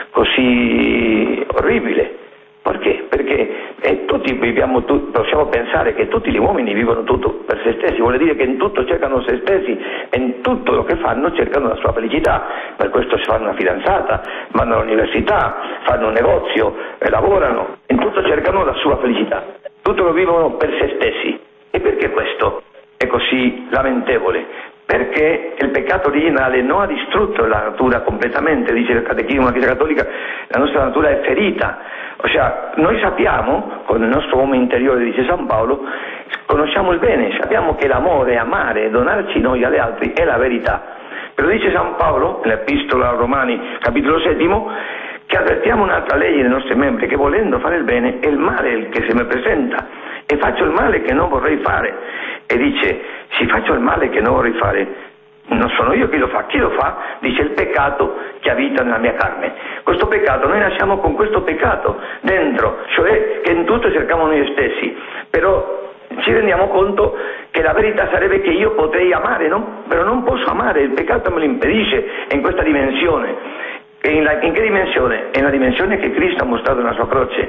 orribile? Perché? Perché tutti viviamo, possiamo pensare che tutti gli uomini vivono tutto per se stessi, vuol dire che in tutto cercano se stessi e in tutto lo che fanno cercano la sua felicità. Per questo si fanno una fidanzata, vanno all'università, fanno un negozio, lavorano, in tutto cercano la sua felicità, tutto lo vivono per se stessi. E perché questo è così lamentevole? Perché il peccato originale non ha distrutto la natura completamente, dice il Catechismo della Chiesa Cattolica, la nostra natura è ferita. Ossia, noi sappiamo, con il nostro uomo interiore, dice San Paolo, conosciamo il bene, sappiamo che l'amore, amare, donarci noi agli altri è la verità. Però dice San Paolo, nell'Epistola ai Romani, capitolo 7, che avvertiamo un'altra legge nei nostri membri, che volendo fare il bene è il male il che se mi presenta, e faccio il male che non vorrei fare. E dice: se faccio il male che non vorrei fare, non sono io che lo fa, chi lo fa? Dice il peccato che abita nella mia carne. Questo peccato, noi nasciamo con questo peccato dentro, cioè che in tutto cerchiamo noi stessi, però ci rendiamo conto che la verità sarebbe che io potrei amare, no? Però non posso amare, il peccato me lo impedisce in questa dimensione. E in che dimensione? È una dimensione che Cristo ha mostrato nella sua croce.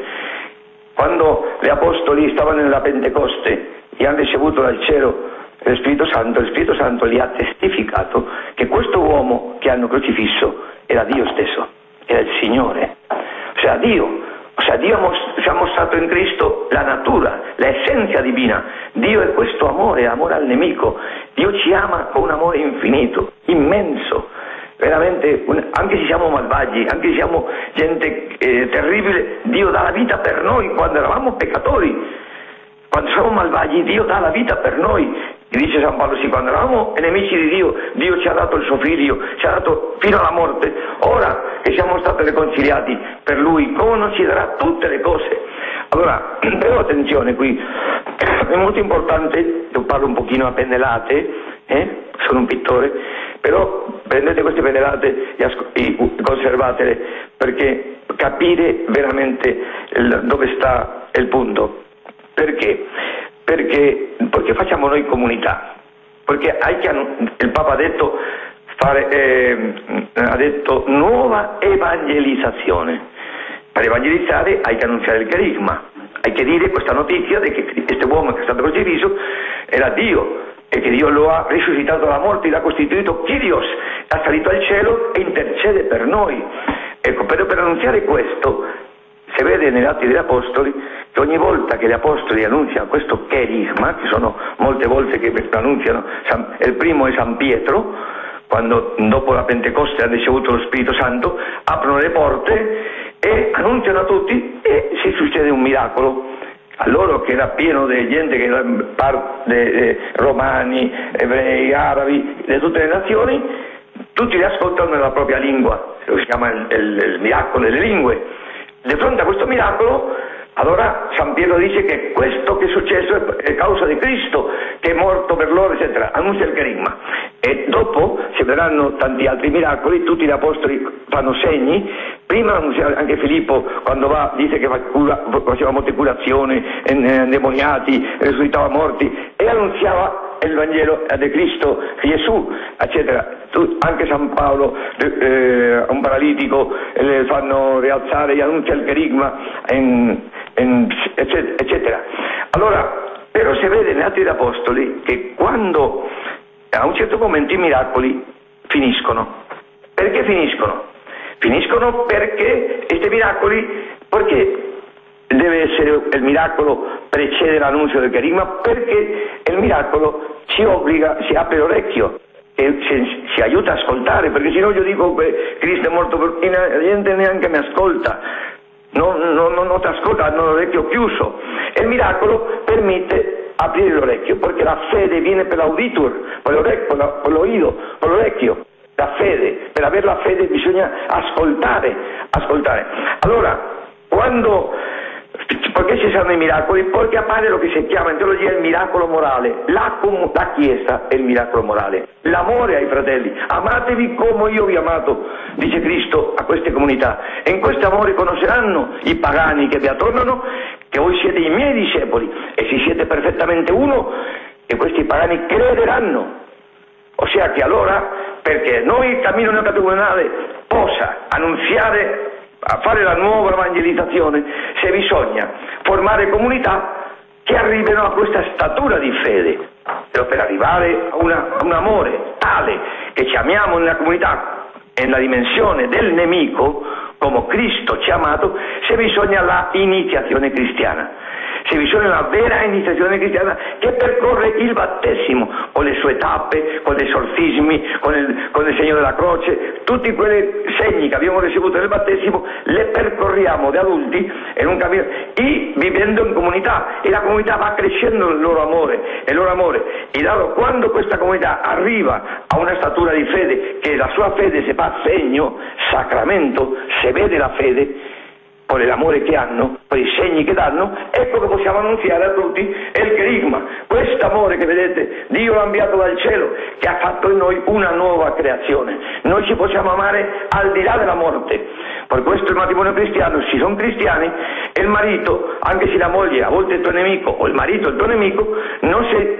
Quando gli apostoli stavano nella Pentecoste e hanno ricevuto dal cielo lo Spirito Santo gli ha testificato che questo uomo che hanno crocifisso era Dio stesso, era il Signore. Dio ci ha mostrato in Cristo la natura, l'essenza divina. Dio è questo amore al nemico. Dio ci ama con un amore infinito, immenso. Veramente, anche se siamo malvagi, anche se siamo gente terribile, Dio dà la vita per noi quando eravamo peccatori. Quando siamo malvagi, Dio dà la vita per noi. E dice San Paolo: sì, quando eravamo nemici di Dio, Dio ci ha dato il suo figlio, ci ha dato fino alla morte. Ora che siamo stati riconciliati per Lui, come non ci darà tutte le cose? Allora, però attenzione qui, è molto importante, io parlo un pochino a pennellate, sono un pittore, però prendete queste pennellate e conservatele, perché capire veramente dove sta il punto. Perché? Perché facciamo noi comunità? Perché il Papa ha detto nuova evangelizzazione. Per evangelizzare hai che annunciare il carisma, hai che dire questa notizia di che questo uomo che è stato crocifisso era Dio e che Dio lo ha risuscitato dalla morte, l'ha costituito Kyrios, è salito al cielo e intercede per noi. Ecco, però per annunziare questo, si vede negli Atti degli Apostoli che ogni volta che gli Apostoli annunziano questo cherigma, che sono molte volte che annunziano, il primo è San Pietro, quando dopo la Pentecoste ha ricevuto lo Spirito Santo, aprono le porte e annunziano a tutti e si succede un miracolo. A loro che era pieno di gente, che era romani, ebrei, arabi, di tutte le nazioni, tutti li ascoltano nella propria lingua, si chiama il miracolo delle lingue. Di fronte a questo miracolo, allora San Pietro dice che questo che è successo è causa di Cristo, che è morto per loro, eccetera, annuncia il carisma. E dopo si vedranno tanti altri miracoli, tutti gli apostoli fanno segni. Prima anche Filippo, quando va, dice che faceva molte curazioni, endemoniati, risuscitava morti e annunziava il Vangelo di Cristo, Gesù, eccetera. Anche San Paolo, a un paralitico, le fanno rialzare, gli annuncia il kerigma, eccetera. Allora, però si vede negli Atti degli Apostoli che quando a un certo momento i miracoli finiscono. Perché finiscono? Finiscono perché questi miracoli, perché deve essere il miracolo precede l'annuncio del kerigma? Perché il miracolo ci obbliga, si apre l'orecchio e si aiuta a ascoltare, perché se no io dico che Cristo è morto e la gente neanche mi ascolta, non ti ascolta, hanno l'orecchio chiuso. E il miracolo permette aprire l'orecchio, perché la fede viene per l'auditor, per l'oído, per l'orecchio. La fede, per avere la fede bisogna ascoltare. Allora, perché ci sono i miracoli? Perché appare lo che si chiama in teologia il miracolo morale. La Chiesa è il miracolo morale. L'amore ai fratelli. Amatevi come io vi ho amato, dice Cristo a queste comunità. E in questo amore conosceranno i pagani che vi attornano che voi siete i miei discepoli, e se siete perfettamente uno, e questi pagani crederanno. Ossia che allora, perché noi il cammino neocatecumenale possa annunziare, a fare la nuova evangelizzazione, se bisogna formare comunità che arrivino a questa statura di fede, però per arrivare a un amore tale che ci amiamo nella comunità, nella dimensione del nemico, come Cristo ci ha amato, se bisogna la iniziazione cristiana. Se bisogna la vera iniziazione cristiana che percorre il battesimo con le sue tappe, con gli esorcismi, con il segno della croce, tutti quei segni che abbiamo ricevuto nel battesimo le percorriamo da adulti in un cammino e vivendo in comunità, e la comunità va crescendo il loro amore. E allora quando questa comunità arriva a una statura di fede, che la sua fede si fa segno, sacramento, si vede la fede, per l'amore che hanno, per i segni che danno, ecco che possiamo annunziare a tutti il kerigma, questo amore che vedete, Dio l'ha inviato dal cielo, che ha fatto in noi una nuova creazione. Noi ci possiamo amare al di là della morte. Per questo il matrimonio cristiano, se sono cristiani, e il marito, anche se la moglie a volte è il tuo nemico, o il marito è il tuo nemico, non si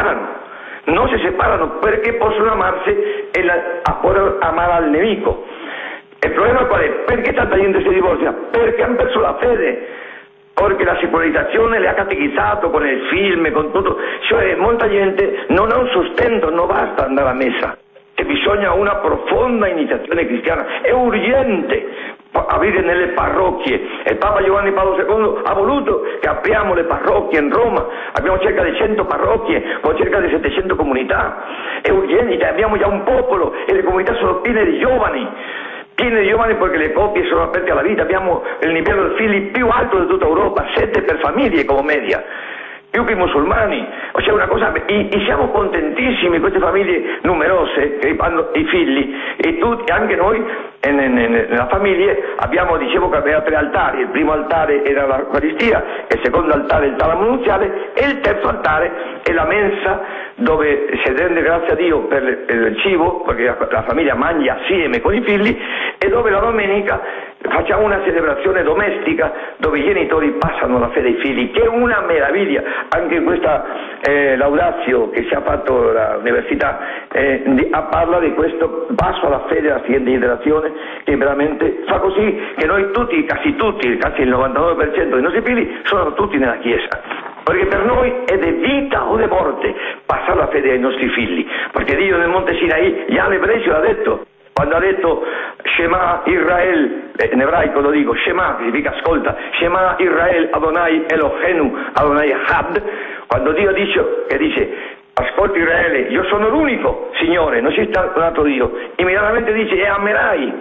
separano perché possono amarsi e amare al nemico. Il problema qual è? Perché tanta gente si divorzia? Perché hanno perso la fede, perché la secolarizzazione le ha catechizzato con il film, con tutto, cioè molta gente non ha un sostento, non basta andare a messa, c'è bisogno una profonda iniziazione cristiana, è urgente aprire nelle parrocchie. Il Papa Giovanni Paolo II ha voluto che apriamo le parrocchie in Roma, abbiamo circa di 100 parrocchie con circa di 700 comunità, è urgente, abbiamo già un popolo e le comunità sono piene di giovani perché le coppie sono aperte alla vita, abbiamo il livello dei figli più alto di tutta Europa, 7 per famiglie come media, più che i musulmani, cioè una cosa, e siamo contentissimi, queste famiglie numerose che hanno i figli, e tutti, anche noi nella famiglia dicevo che aveva 3 altari, il primo altare era l'Eucaristia, il secondo altare il talamo nuziale e il terzo altare è la mensa, dove si rende grazie a Dio per il cibo, perché la famiglia mangia assieme con i figli, e dove la domenica facciamo una celebrazione domestica dove i genitori passano la fede ai figli, che è una meraviglia. Anche in questa Laudatio che si è fatto all'università parla di questo passo alla fede alla seguente generazione, che veramente fa così che noi tutti, quasi il 99% dei nostri figli sono tutti nella Chiesa. Perché per noi è di vita o di morte passare la fede ai nostri figli, perché Dio nel Monte Sinai gli ebrei l'ha detto, quando ha detto Shema Israel, in ebraico lo dico, Shema significa ascolta, Shema Israel Adonai Elohenu Adonai Echad, quando Dio dice ascolta Israele, io sono l'unico Signore, non c'è un altro Dio, immediatamente dice e amerai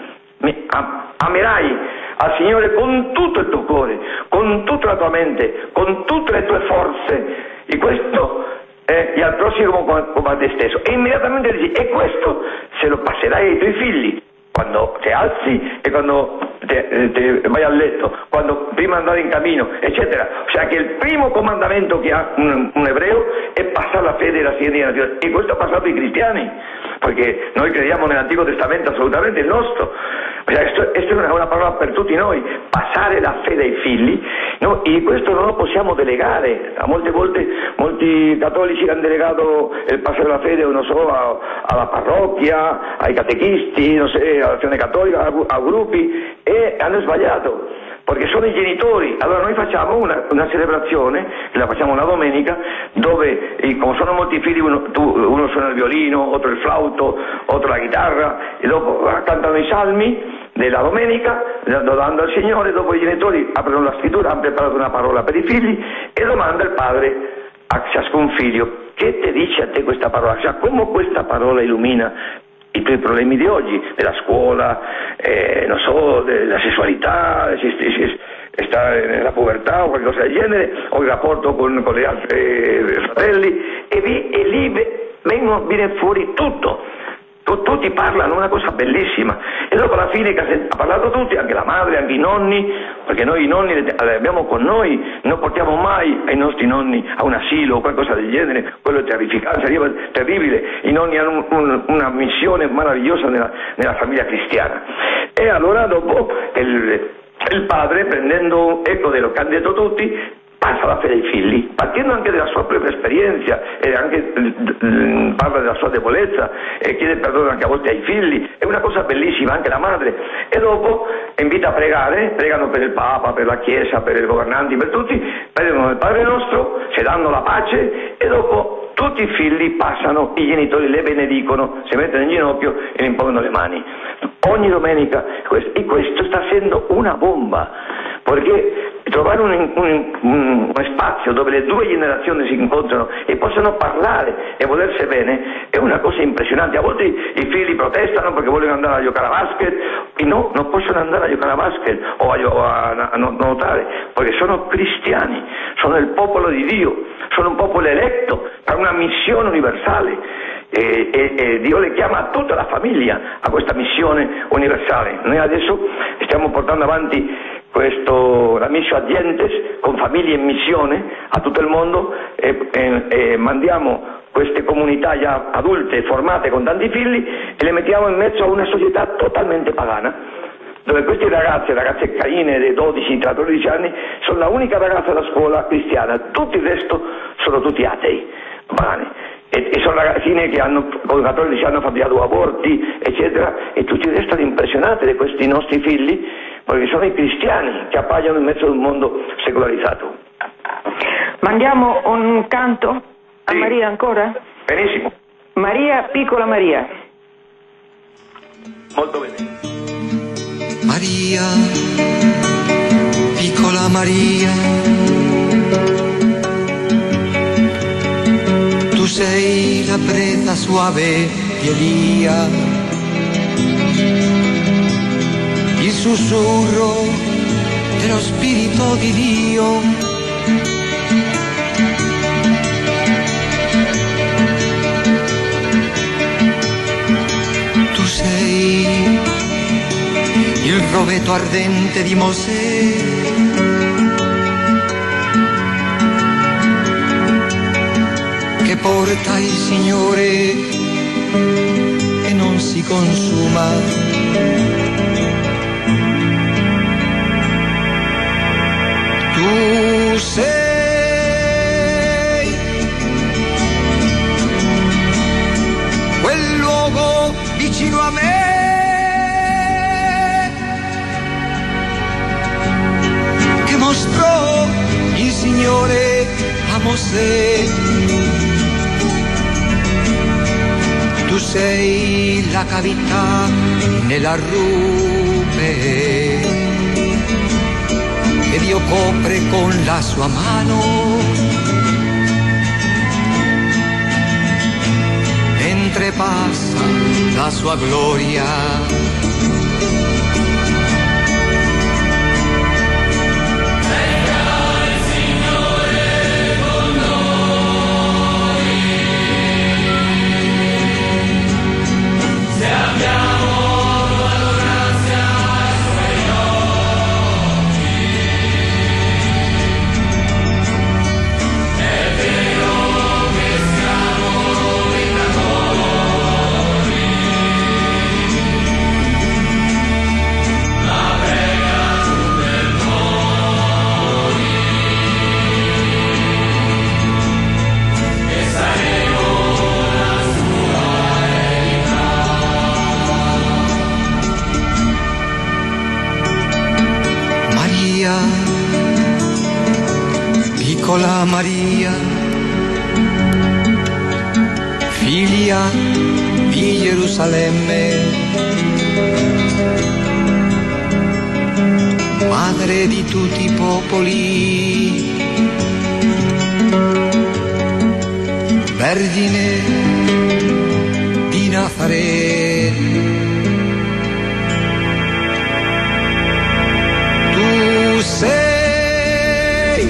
al Signore con tutto il tuo cuore, con tutta la tua mente, con tutte le tue forze, e questo e al prossimo come a te stesso. E immediatamente dici, e questo se lo passerai ai tuoi figli, quando ti alzi e quando vai a letto, quando prima andare in cammino, eccetera. Cioè che il primo comandamento che ha un ebreo è passare la fede alla seguente generazione, e questo ha passato ai cristiani. perché noi crediamo nell'Antico Testamento assolutamente il nostro. Questa è una parola per tutti noi, passare la fede ai figli, no? E questo non lo possiamo delegare. A molte volte molti cattolici hanno delegato il passare la fede, non so, alla parrocchia, ai catechisti, non so, all'azione cattolica, a gruppi, e hanno sbagliato, perché sono i genitori. Allora noi facciamo una celebrazione, che la facciamo una domenica, dove come sono molti figli, uno suona il violino, altro il flauto, altro la chitarra, e dopo cantano i salmi della domenica, lodando al Signore. Dopo i genitori aprono la scrittura, hanno preparato una parola per i figli e domanda il padre a ciascun figlio: che ti dice a te questa parola? Cioè, come questa parola illumina i tuoi problemi di oggi, della scuola, non so, della sessualità, stare nella povertà o qualcosa del genere, o il rapporto con gli altri fratelli, e lì viene fuori tutto. Tutti parlano, una cosa bellissima, e dopo alla fine ha parlato tutti, anche la madre, anche i nonni, perché noi i nonni li abbiamo con noi, non portiamo mai ai nostri nonni a un asilo o qualcosa del genere, quello è terrificante, sarebbe terribile. I nonni hanno una missione meravigliosa nella famiglia cristiana. E allora dopo il padre, prendendo eco dello che hanno detto tutti, passa la fede ai figli, partendo anche dalla sua propria esperienza, e anche parla della sua debolezza e chiede perdono anche a volte ai figli. È una cosa bellissima, anche la madre. E dopo invita a pregare, pregano per il Papa, per la Chiesa, per i governanti, per tutti, pregano il Padre nostro, si danno la pace, e dopo tutti i figli passano, i genitori le benedicono, si mettono in ginocchio e le impongono le mani. Ogni domenica, e questo sta essendo una bomba, perché trovare un spazio dove le due generazioni si incontrano e possono parlare e volersi bene è una cosa impressionante. A volte i figli protestano perché vogliono andare a giocare a basket, e no, non possono andare a giocare a basket o a nuotare, perché sono cristiani, sono il popolo di Dio, sono un popolo eletto per una missione universale. E Dio le chiama a tutta la famiglia a questa missione universale. Noi adesso stiamo portando avanti la Missio Dientes con famiglie in missione a tutto il mondo, e mandiamo queste comunità già adulte, formate con tanti figli, e le mettiamo in mezzo a una società totalmente pagana, dove queste ragazze carine dei 12, tra 12 anni, sono la unica ragazza da scuola cristiana, tutto il resto sono tutti atei, pagani. E sono ragazzine che con 14 anni hanno fatto già 2 aborti, eccetera, e tutti restano impressionati di questi nostri figli, perché sono i cristiani che appaiono in mezzo a un mondo secolarizzato. Mandiamo un canto a Sì. Maria ancora? Benissimo. Maria, piccola Maria. Molto bene. Maria, piccola Maria, tu sei la brezza suave di Elia, il sussurro dello Spirito di Dio. Tu sei il rovetto ardente di Mosè, che porta il Signore e non si consuma. Tu sei quel luogo vicino a me che mostrò il Signore a Mosè. Tu sei la cavità nella rupe che Dio copre con la sua mano, mentre passa la sua gloria. Maria di Gerusalemme, madre di tutti i popoli, Vergine di Nazaret, tu sei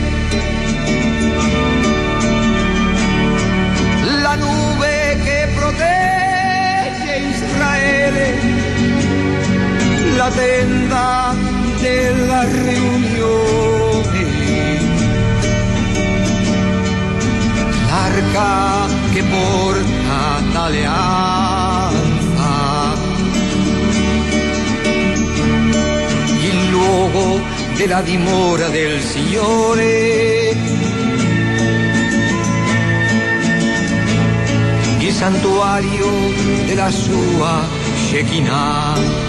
la nube che protegge Israele, la tenda della riunione, l'arca che porta l'alleanza, il luogo della dimora del Signore, il santuario della sua Shekinah.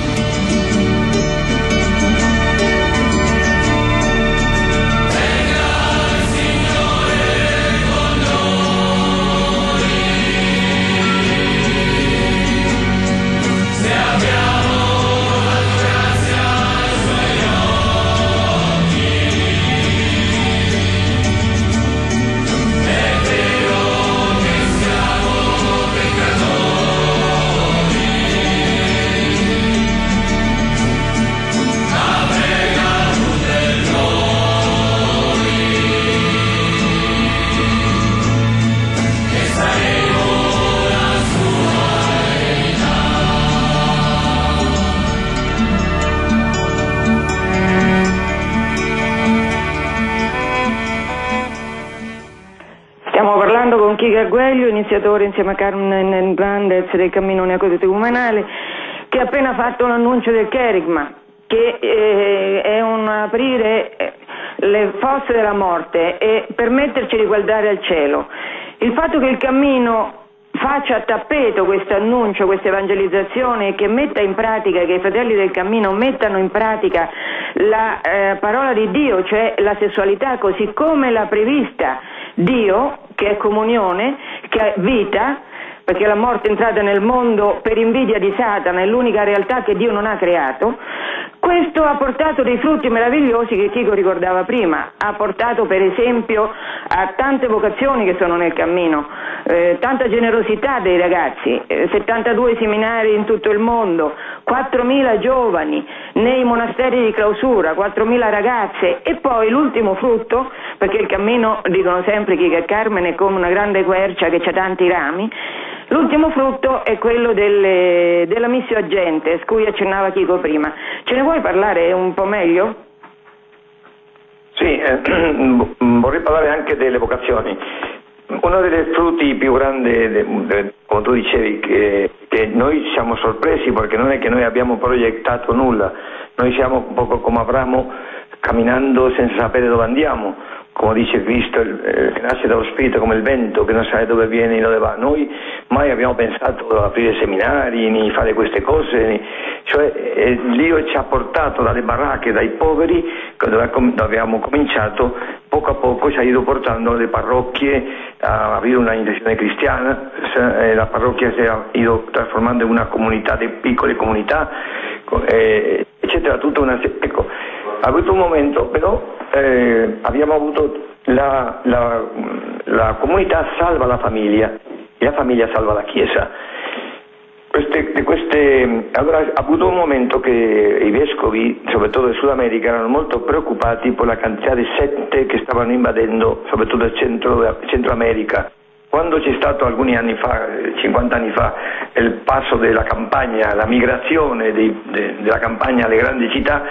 Con Chico Arguello, iniziatore insieme a Carmen Hernandez del Cammino Neocatecumenale, che ha appena fatto l'annuncio del Kerigma, che è un aprire le fosse della morte e permetterci di guardare al cielo. Il fatto che il Cammino faccia a tappeto questo annuncio, questa evangelizzazione, e che metta in pratica, che i fratelli del Cammino mettano in pratica la parola di Dio, cioè la sessualità così come l'ha prevista Dio, che è comunione, che è vita, perché la morte è entrata nel mondo per invidia di Satana, è l'unica realtà che Dio non ha creato. Questo ha portato dei frutti meravigliosi che Chico ricordava prima, ha portato per esempio a tante vocazioni che sono nel Cammino, tanta generosità dei ragazzi, 72 seminari in tutto il mondo, 4.000 giovani nei monasteri di clausura, 4.000 ragazze, e poi l'ultimo frutto, perché il Cammino, dicono sempre Chico e Carmen, è come una grande quercia che ha tanti rami. L'ultimo frutto è quello della Missio Agentes, cui accennava Chico prima. Ce ne vuoi parlare un po' meglio? Sì, vorrei parlare anche delle vocazioni. Uno dei frutti più grandi, come tu dicevi, che noi siamo sorpresi perché non è che noi abbiamo progettato nulla, noi siamo un po' come Abramo, camminando senza sapere dove andiamo. Come dice Cristo, che nasce dallo Spirito come il vento, che non sa dove viene e dove va. Noi mai abbiamo pensato di aprire seminari, ni fare queste cose, cioè Dio ci ha portato dalle baracche, dai poveri, dove abbiamo cominciato, poco a poco ci ha ido portando le parrocchie a avere una intenzione cristiana, la parrocchia si è ido trasformando in una comunità, di piccole comunità, eccetera, tutta una... Ecco, ha avuto un momento, però abbiamo avuto la comunità salva la famiglia e la famiglia salva la Chiesa. Allora ha avuto un momento che i vescovi, soprattutto del Sud America, erano molto preoccupati per la quantità di sette che stavano invadendo, soprattutto il Centro America. Quando c'è stato alcuni anni fa, 50 anni fa, il passo della campagna, la migrazione della campagna alle grandi città,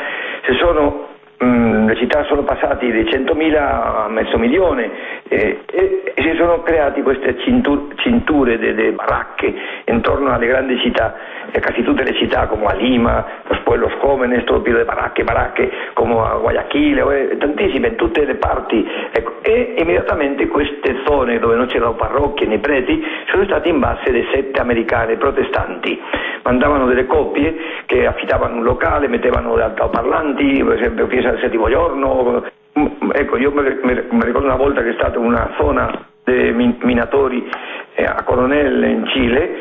le città sono passate dai 100.000 a mezzo milione e si sono create queste cinture di baracche intorno alle grandi città, quasi tutte le città come a Lima, los Jóvenes, todo pieno di baracche come a Guayaquil, tantissime, in tutte le parti, ecco. E immediatamente queste zone dove non c'erano parrocchie né preti sono state invase da sette americane protestanti. Mandavano delle coppie che affittavano un locale, mettevano degli altoparlanti, per esempio Chiesa del Settimo Giorno. Ecco, io mi ricordo una volta che è stata una zona minatori a Coronel in Cile,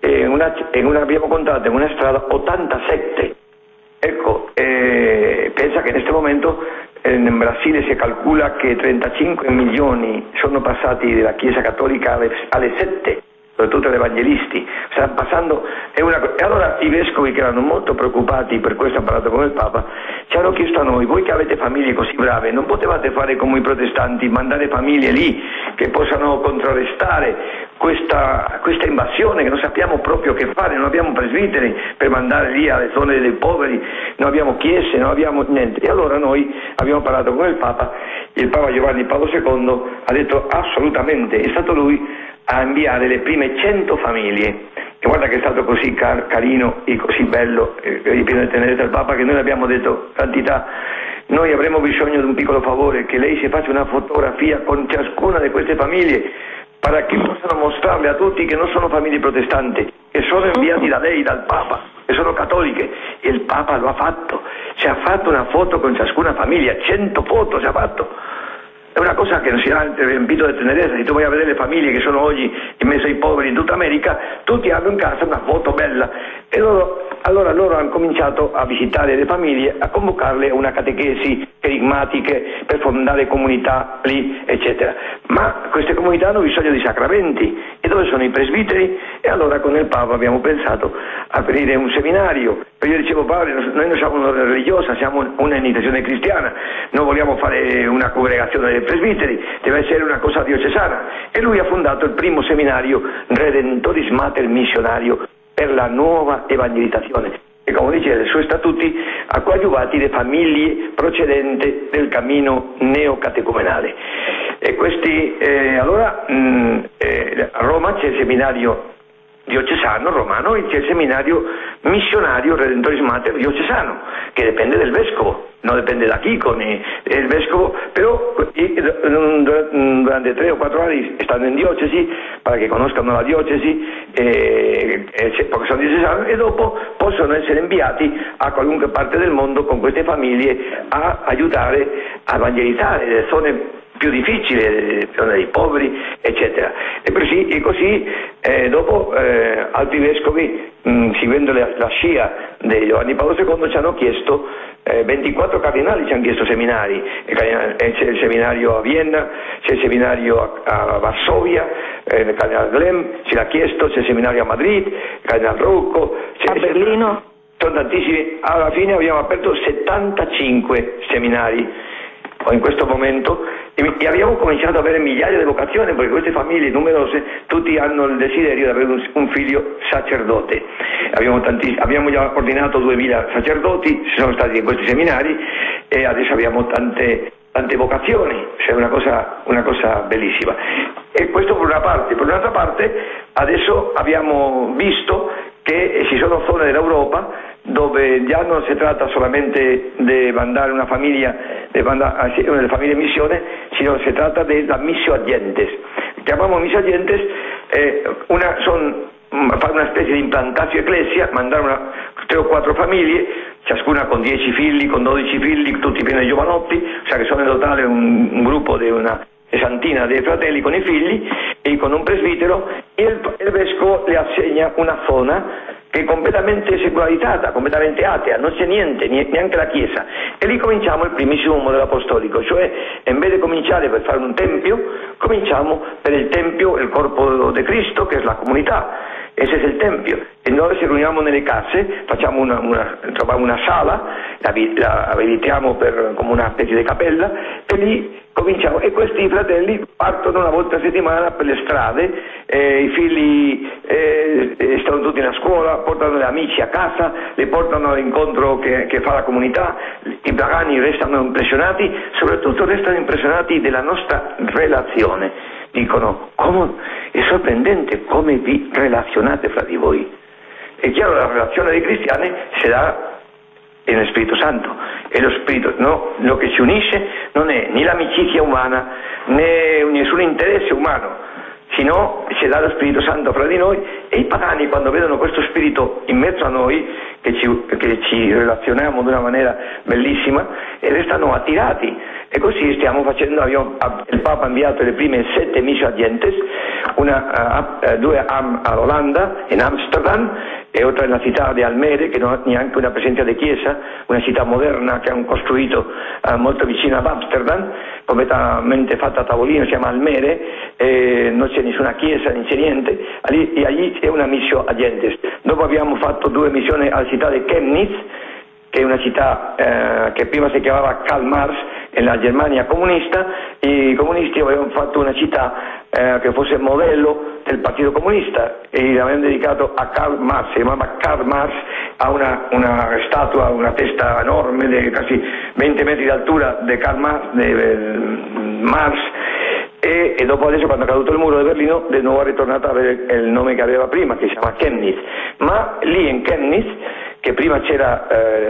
abbiamo contato in una strada 87. Ecco, pensa che in questo momento in Brasile si calcola che 35 milioni sono passati dalla Chiesa Cattolica alle 7, soprattutto gli evangelisti. Stanno passando, e allora i vescovi, che erano molto preoccupati, per questo hanno parlato con il Papa, ci hanno chiesto a noi: voi che avete famiglie così brave, non potevate fare come i protestanti, mandare famiglie lì che possano contrarrestare questa invasione, che non sappiamo proprio che fare, non abbiamo presbiteri per mandare lì alle zone dei poveri, non abbiamo chiese, non abbiamo niente. E allora noi abbiamo parlato con il Papa Giovanni Paolo II ha detto assolutamente, è stato lui a inviare le prime 100 famiglie. E guarda che è stato così carino e così bello, pieno di tenerezza al Papa, che noi abbiamo detto: Santità, noi avremo bisogno di un piccolo favore, che lei si faccia una fotografia con ciascuna di queste famiglie, per che possano mostrarle a tutti che non sono famiglie protestanti, che sono inviati da lei, dal Papa, che sono cattoliche. E il Papa lo ha fatto, ci ha fatto una foto con ciascuna famiglia, 100 foto ci ha fatto. È una cosa che non si ha riempito di tenerezza. Se tu vai a vedere le famiglie che sono oggi in mezzo ai poveri in tutta America, tutti hanno in casa una foto bella. E allora loro hanno cominciato a visitare le famiglie, a convocarle a una catechesi carismatiche per fondare comunità lì, eccetera. Ma queste comunità hanno bisogno di sacramenti. E dove sono i presbiteri? E allora con il Papa abbiamo pensato a aprire un seminario. Io dicevo: Padre, noi non siamo una religiosa, siamo un'iniziazione cristiana, non vogliamo fare una congregazione dei presbiteri, deve essere una cosa diocesana. E lui ha fondato il primo seminario Redentoris Mater missionario per la nuova evangelizzazione, e come dice nei suoi statuti, ha coadiuvati le famiglie procedenti del cammino neocatecumenale. E questi allora a Roma c'è il seminario diocesano romano e c'è il seminario missionario Redentoris Mater diocesano, che dipende del vescovo, non dipende da Chico né il vescovo, però durante 3 o 4 anni stanno in diocesi perché conoscano la diocesi, perché sono diocesani, e dopo possono essere inviati a qualunque parte del mondo con queste famiglie a aiutare a evangelizzare le zone più difficili, dei poveri, eccetera. E così dopo altri vescovi, seguendo la scia di Giovanni Paolo II, ci hanno chiesto, 24 cardinali ci hanno chiesto seminari. C'è il seminario a Vienna, c'è il seminario a Varsovia, il cardinale Glem ce l'ha chiesto, c'è il seminario a Madrid, il cardinale Rocco, a Berlino. Sono tantissimi. Alla fine abbiamo aperto 75 seminari in questo momento, e abbiamo cominciato ad avere migliaia di vocazioni, perché queste famiglie numerose tutti hanno il desiderio di avere un figlio sacerdote. Abbiamo già ordinato 2000 sacerdoti, ci sono stati in questi seminari, e adesso abbiamo tante vocazioni, cioè una cosa bellissima. E questo per una parte. Per un'altra parte adesso abbiamo visto che ci sono zone dell'Europa dove già non si tratta solamente di mandare una famiglia, una famiglia in missione, sino si tratta della missio agentes. Chiamiamo missio agentes, fare una specie di implantatio ecclesia, mandare 3 o 4 famiglie, ciascuna con 10 figli, con 12 figli, tutti pieni di giovanotti, cioè che sono in totale un gruppo di una sessantina dei fratelli con i figli e con un presbitero, e il vescovo le assegna una zona che è completamente secolarizzata, completamente atea, non c'è niente, neanche la Chiesa. E lì cominciamo il primissimo modello apostolico, cioè in vez di cominciare per fare un tempio, cominciamo per il tempio, il corpo di Cristo, che è la comunità. Ese è il tempio, e noi ci riuniamo nelle case, troviamo una sala, la abilitiamo come una specie di cappella, e lì cominciamo. E questi fratelli partono una volta a settimana per le strade, i figli stanno tutti in scuola, portano gli amici a casa, li portano all'incontro che fa la comunità. I pagani restano impressionati, soprattutto restano impressionati della nostra relazione. Dicono: è sorprendente come vi relazionate fra di voi. È chiaro, la relazione dei cristiani si dà nello Spirito Santo, e lo Spirito, no, lo che ci unisce non è né l'amicizia umana né nessun interesse umano, sino si dà lo Spirito Santo fra di noi. E i pagani, quando vedono questo Spirito in mezzo a noi, che ci relazioniamo in una maniera bellissima e restano attirati. E così stiamo facendo, il Papa ha inviato le prime 7 missio agentes, 2 all'Olanda, in Amsterdam, e oltre alla città di Almere, che non ha neanche una presenza di chiesa, una città moderna che hanno costruito molto vicino ad Amsterdam, completamente fatta a tavolino, si chiama Almere, non c'è nessuna chiesa, non c'è niente, e allì è una missio agentes. Dopo abbiamo fatto 2 missioni alla città di Chemnitz, che è una città che prima si chiamava Karl Marx, nella Germania comunista. I comunisti avevano fatto una città che fosse modello del Partito Comunista e l'avevano dedicato a Karl Marx, si chiamava Karl Marx, ha una statua, una testa enorme di quasi 20 metri di altura di Karl Marx, e dopo adesso, quando è caduto il muro di Berlino, di nuovo è ritornato a avere il nome che aveva prima, che si chiama Chemnitz. Ma lì in Chemnitz, che prima c'era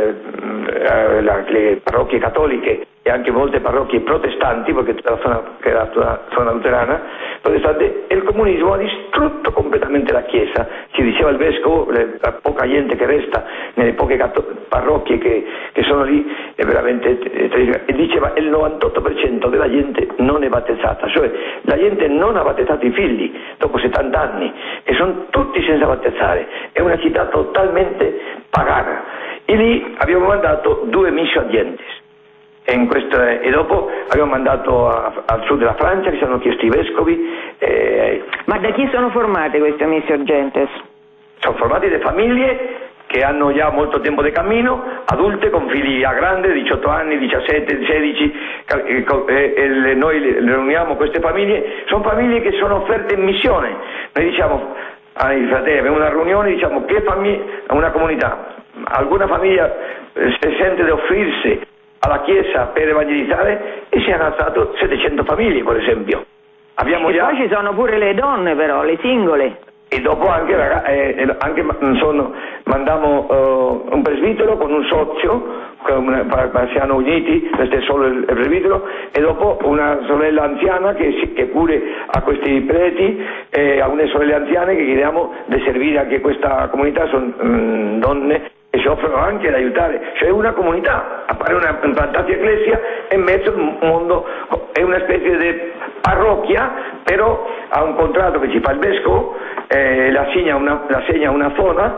le parrocchie cattoliche e anche molte parrocchie protestanti, perché tutta la zona, che era la zona luterana, protestante, e il comunismo ha distrutto completamente la Chiesa. Ci diceva il vescovo, la poca gente che resta nelle poche parrocchie che sono lì è veramente terribile, e diceva il 98% della gente non è battezzata, cioè la gente non ha battezzato i figli dopo 70 anni e sono tutti senza battezzare, è una città totalmente pagana. E lì abbiamo mandato 2 missio agentes. E dopo abbiamo mandato al sud della Francia, che ci hanno chiesto i vescovi. Ma da chi sono formate queste missio agentes? Sono formati da famiglie che hanno già molto tempo di cammino, adulte con figli a grande, 18 anni, 17, 16, e noi le riuniamo queste famiglie. Sono famiglie che sono offerte in missione. Noi diciamo ai fratelli, abbiamo una riunione, diciamo che una comunità, alguna famiglia si sente di offrirsi alla Chiesa per evangelizzare, e si hanno alzato 700 famiglie, per esempio. Abbiamo e poi ci sono pure le donne, però, le singole. E dopo mandiamo un presbitero con un socio, si hanno uniti, questo è solo il presbitero, e dopo una sorella anziana che pure a questi preti, a una sorelle anziane che chiediamo di servire anche questa comunità. Sono donne che si offrono anche ad aiutare, cioè una comunità, appare una implantata ecclesia in mezzo al mondo, è una specie di parrocchia, però ha un contratto che ci fa il vescovo, la segna una zona,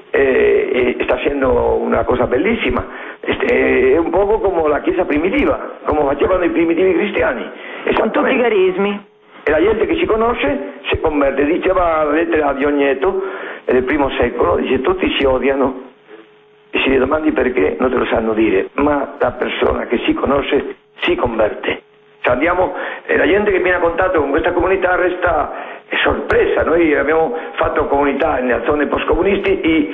e sta facendo una cosa bellissima. È un poco come la Chiesa primitiva, come facevano i primitivi cristiani. Con tutti i carismi. E la gente che ci conosce si converte. Diceva la lettera di Ogneto del I secolo, dice: tutti si odiano e si domandi perché non te lo sanno dire, ma la persona che si conosce si converte. Cioè la gente che viene a contatto con questa comunità resta sorpresa. Noi abbiamo fatto comunità nelle zone post-comunisti,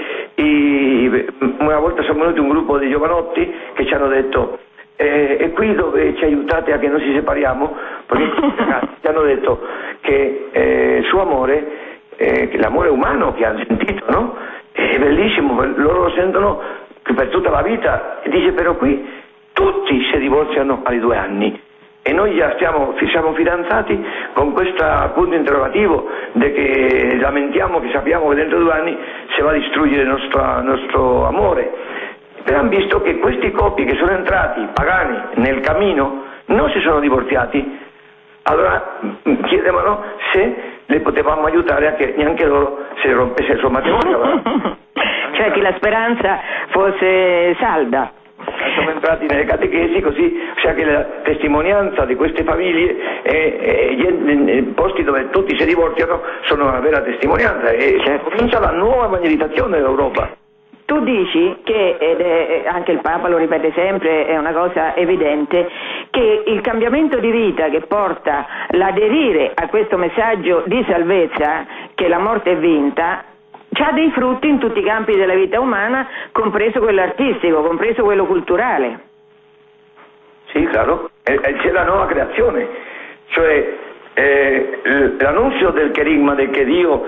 una volta sono venuti un gruppo di giovanotti che ci hanno detto: è qui dove ci aiutate a che non ci separiamo, perché ci hanno detto che il suo amore, l'amore umano che hanno sentito, no? È bellissimo, loro lo sentono per tutta la vita, e dice: però qui tutti si divorziano ai 2 anni. E noi già siamo fidanzati con questo punto interrogativo che lamentiamo, che sappiamo che dentro 2 anni si va a distruggere il nostro amore. Però hanno visto che questi coppie che sono entrati pagani nel cammino non si sono divorziati. Allora chiedevano se le potevamo aiutare a che neanche loro si rompesse il suo matrimonio. Cioè che la speranza fosse salda. Siamo entrati nelle catechesi, così sia che la testimonianza di queste famiglie nei posti dove tutti si divorziano sono una vera testimonianza, e comincia la nuova evangelizzazione dell'Europa. Tu dici che, ed anche il Papa lo ripete sempre, è una cosa evidente, che il cambiamento di vita che porta l'aderire a questo messaggio di salvezza, che la morte è vinta, c'ha dei frutti in tutti i campi della vita umana, compreso quello artistico, compreso quello culturale. Sì, claro, c'è la nuova creazione, cioè l'annuncio del cherigma, del che Dio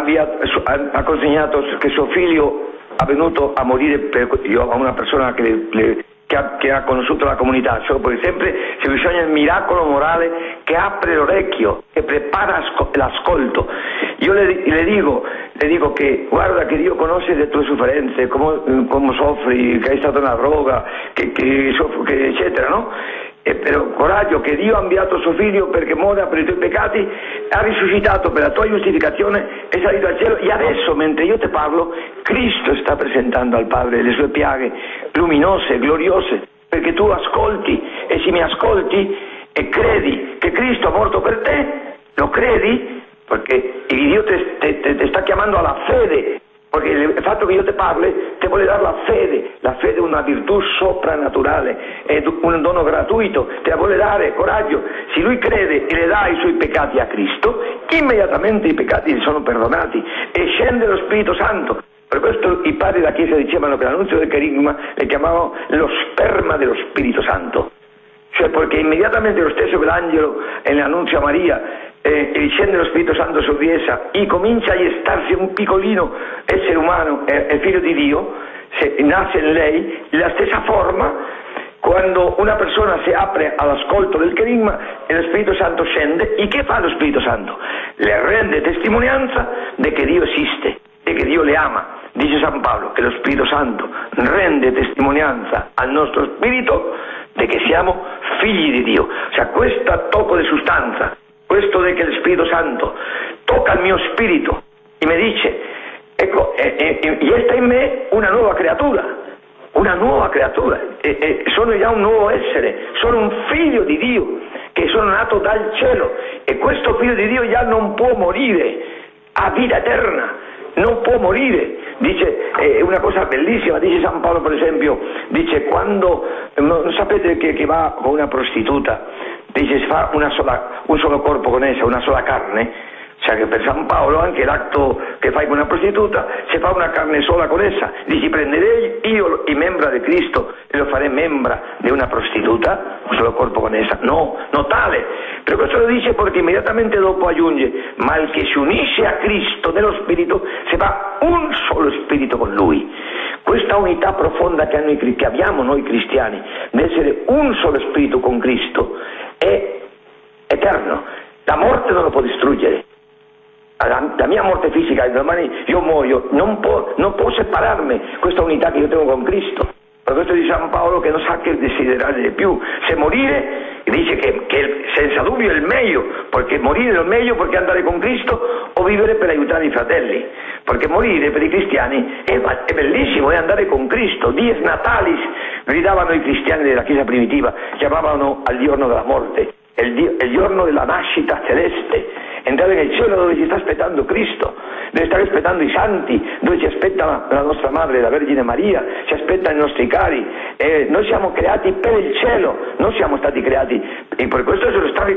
ha consegnato che suo figlio è venuto a morire io a una persona che ha conosciuto la comunità, cioè perché sempre c'è bisogno del miracolo morale che apre l'orecchio, che prepara l'ascolto. Io le dico, le dico che guarda che Dio conosce le tue sofferenze, come soffri, che hai stato una droga, che eccetera, no? E però coraggio, che Dio ha inviato suo figlio perché muore per i tuoi peccati, ha risuscitato per la tua giustificazione, è salito al cielo, e adesso mentre io ti parlo Cristo sta presentando al Padre le sue piaghe luminose, gloriose, perché tu ascolti, e se mi ascolti e credi che Cristo ha morto per te, lo credi? Perché Dio ti sta chiamando alla fede, perché il fatto che io ti parli ti vuole dare la fede è una virtù soprannaturale, è un dono gratuito, te la vuole dare, coraggio. Se lui crede e le dà i suoi peccati a Cristo, immediatamente i peccati gli sono perdonati e scende lo Spirito Santo. Per questo i padri della Chiesa dicevano che l'annunzio del Kerigma le chiamavano lo sperma dello Spirito Santo, cioè perché immediatamente lo stesso che l'angelo ne annuncia a Maria e discende lo Spirito Santo su di essa, e comincia a gestarsi un piccolino essere umano, è figlio di Dio, nasce in lei, la stessa forma. Quando una persona si apre all'ascolto del Kerigma e lo Spirito Santo scende, e che fa lo Spirito Santo? Le rende testimonianza di che Dio esiste, di che Dio le ama. Dice San Paolo che lo Spirito Santo rende testimonianza al nostro spirito di che siamo figli di Dio. Cioè questo tocco di sostanza, questo di che lo Spirito Santo tocca il mio spirito e mi dice, ecco, e sta in me una nuova creatura, e sono già un nuovo essere, sono un figlio di Dio che sono nato dal cielo, e questo figlio di Dio già non può morire, ha vita eterna, non può morire. Dice, è una cosa bellissima, dice San Paolo per esempio, dice quando, non sapete che va con una prostituta, dice si fa un solo corpo con essa, una sola carne, cioè che per San Paolo anche l'atto che fai con una prostituta si fa una carne sola con essa. Dici prenderei io i membra di Cristo e lo farei membra di una prostituta, un solo corpo con essa? No, non tale. Per questo lo dice perché immediatamente dopo aggiunge, ma il che si unisce a Cristo nello Spirito si fa un solo Spirito con Lui. Questa unità profonda che abbiamo noi cristiani, di essere un solo Spirito con Cristo, è eterno. La morte non lo può distruggere. La mia morte fisica, domani io muoio, non può separarmi questa unità che io tengo con Cristo. Per questo dice San Paolo che non sa che desiderare di più, se morire, dice che senza dubbio è il meglio, perché morire è il meglio perché andare con Cristo o vivere per aiutare i fratelli, perché morire per i cristiani è bellissimo, è andare con Cristo. Dies Natalis gridavano i cristiani della Chiesa primitiva, chiamavano al giorno della morte, il giorno della nascita celeste, entrare nel cielo dove ci sta aspettando Cristo, dove sta aspettando i santi, dove ci aspetta la nostra madre, la Vergine Maria, ci aspettano i nostri cari. Noi siamo creati per il cielo, non siamo stati creati, e per questo se lo sta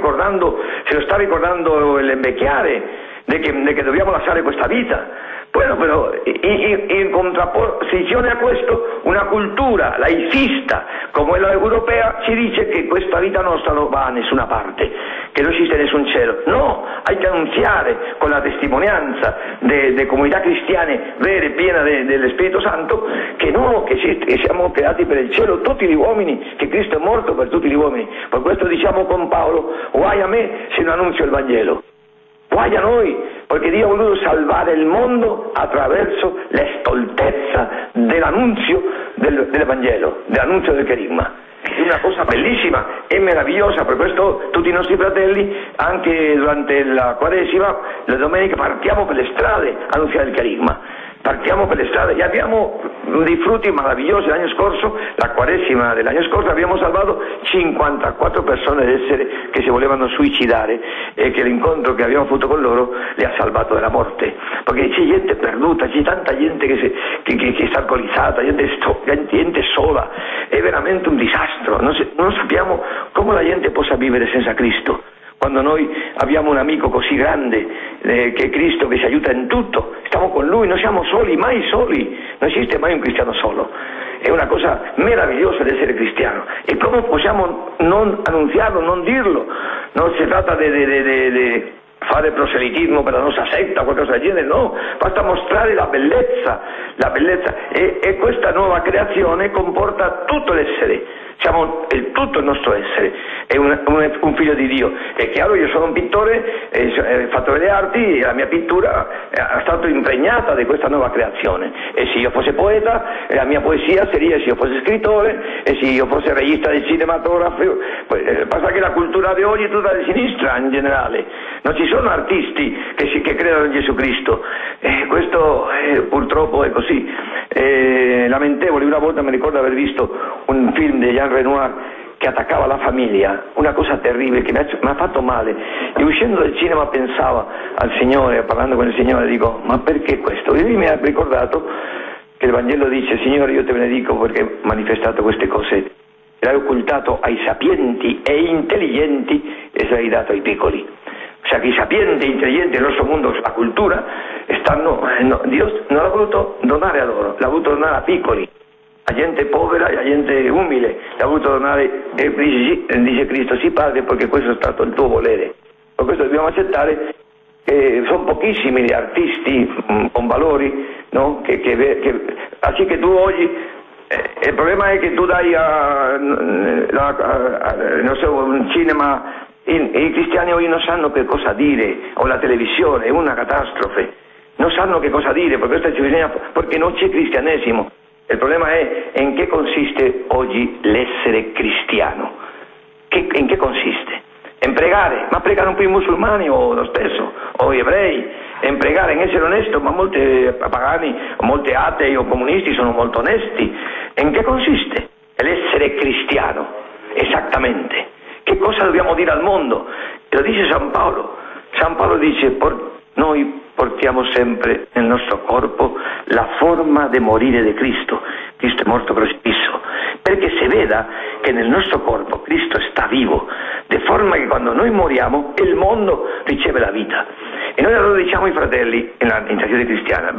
ricordando l'invecchiare, di che dobbiamo lasciare questa vita. Bueno, però in contrapposizione a questo una cultura laicista come quella europea ci dice che questa vita nostra non va a nessuna parte, che non esiste nessun cielo. No, hai che annunziare con la testimonianza delle comunità cristiane vere e piene dello Spirito Santo che no, che siamo creati per il cielo tutti gli uomini, che Cristo è morto per tutti gli uomini. Per questo diciamo con Paolo, guai a me se non annunzio il Vangelo. Guai a noi, perché Dio ha voluto salvare il mondo attraverso la stoltezza dell'annunzio del Vangelo, dell'annunzio del Kerigma. È una cosa bellissima e meravigliosa, per questo tutti i nostri fratelli, anche durante la Quaresima, le domeniche partiamo per le strade a annunziare il Kerigma. Partiamo per le strade e abbiamo dei frutti meravigliosi. L'anno scorso, la Quaresima dell'anno scorso, abbiamo salvato 54 persone d'essere che si volevano suicidare e che l'incontro che abbiamo avuto con loro li ha salvato dalla morte, perché c'è gente perduta, c'è tanta gente che sta alcolizzata, gente sola, è veramente un disastro. Non sappiamo come la gente possa vivere senza Cristo. Quando noi abbiamo un amico così grande che è Cristo, che ci aiuta in tutto, stiamo con Lui, non siamo soli, mai soli, non esiste mai un cristiano solo. È una cosa meravigliosa di essere cristiano. E come possiamo non annunziarlo, non dirlo? Non si tratta di fare proselitismo per la nostra setta o qualcosa del genere, no, basta mostrare la bellezza, e questa nuova creazione comporta tutto l'essere. siamo tutto il nostro essere, è un figlio di Dio. È chiaro, io sono un pittore, fattore delle arti, e la mia pittura è stata impregnata di questa nuova creazione, e se io fosse poeta, la mia poesia seria, se io fosse scrittore, e se io fosse regista di cinematografo, basta che la cultura di oggi è tutta di sinistra in generale, non ci sono artisti che credono in Gesù Cristo, questo purtroppo è così. Lamentevole, una volta mi ricordo aver visto un film di Jean Renoir che attaccava la famiglia, una cosa terribile che mi ha fatto male, e uscendo dal cinema pensavo al Signore, parlando con il Signore, dico, ma perché questo? E lui mi ha ricordato che il Vangelo dice, Signore, io ti benedico perché hai manifestato queste cose, l'hai occultato ai sapienti e intelligenti e se l'hai dato ai piccoli. O sea che i sapienti e intelligenti del nostro mondo, la cultura, Dio non l'ha voluto donare a loro, l'ha voluto donare a piccoli, a gente povera e a gente umile, l'ha voluto donare, e dice Cristo, sì Padre, perché questo è stato il tuo volere. Per questo dobbiamo accettare che sono pochissimi gli artisti con valori, no? Así che tu oggi, il problema è che tu dai non so, un cinema, i cristiani oggi non sanno che cosa dire, o la televisione, è una catastrofe, non sanno che cosa dire, perché non c'è cristianesimo. Il problema è in che consiste oggi l'essere cristiano, in che consiste? In pregare, ma pregano più i musulmani o lo stesso, o gli ebrei, in pregare, in essere onesto, ma molti pagani, molti atei o comunisti sono molto onesti. In che consiste l'essere cristiano? Esattamente. Che cosa dobbiamo dire al mondo? E lo dice San Paolo. San Paolo dice, noi portiamo sempre nel nostro corpo la forma di morire di Cristo. Cristo è morto crocifisso, perché si veda che nel nostro corpo Cristo sta vivo, di forma che quando noi moriamo il mondo riceve la vita. E noi allora diciamo ai fratelli in tradizione cristiana,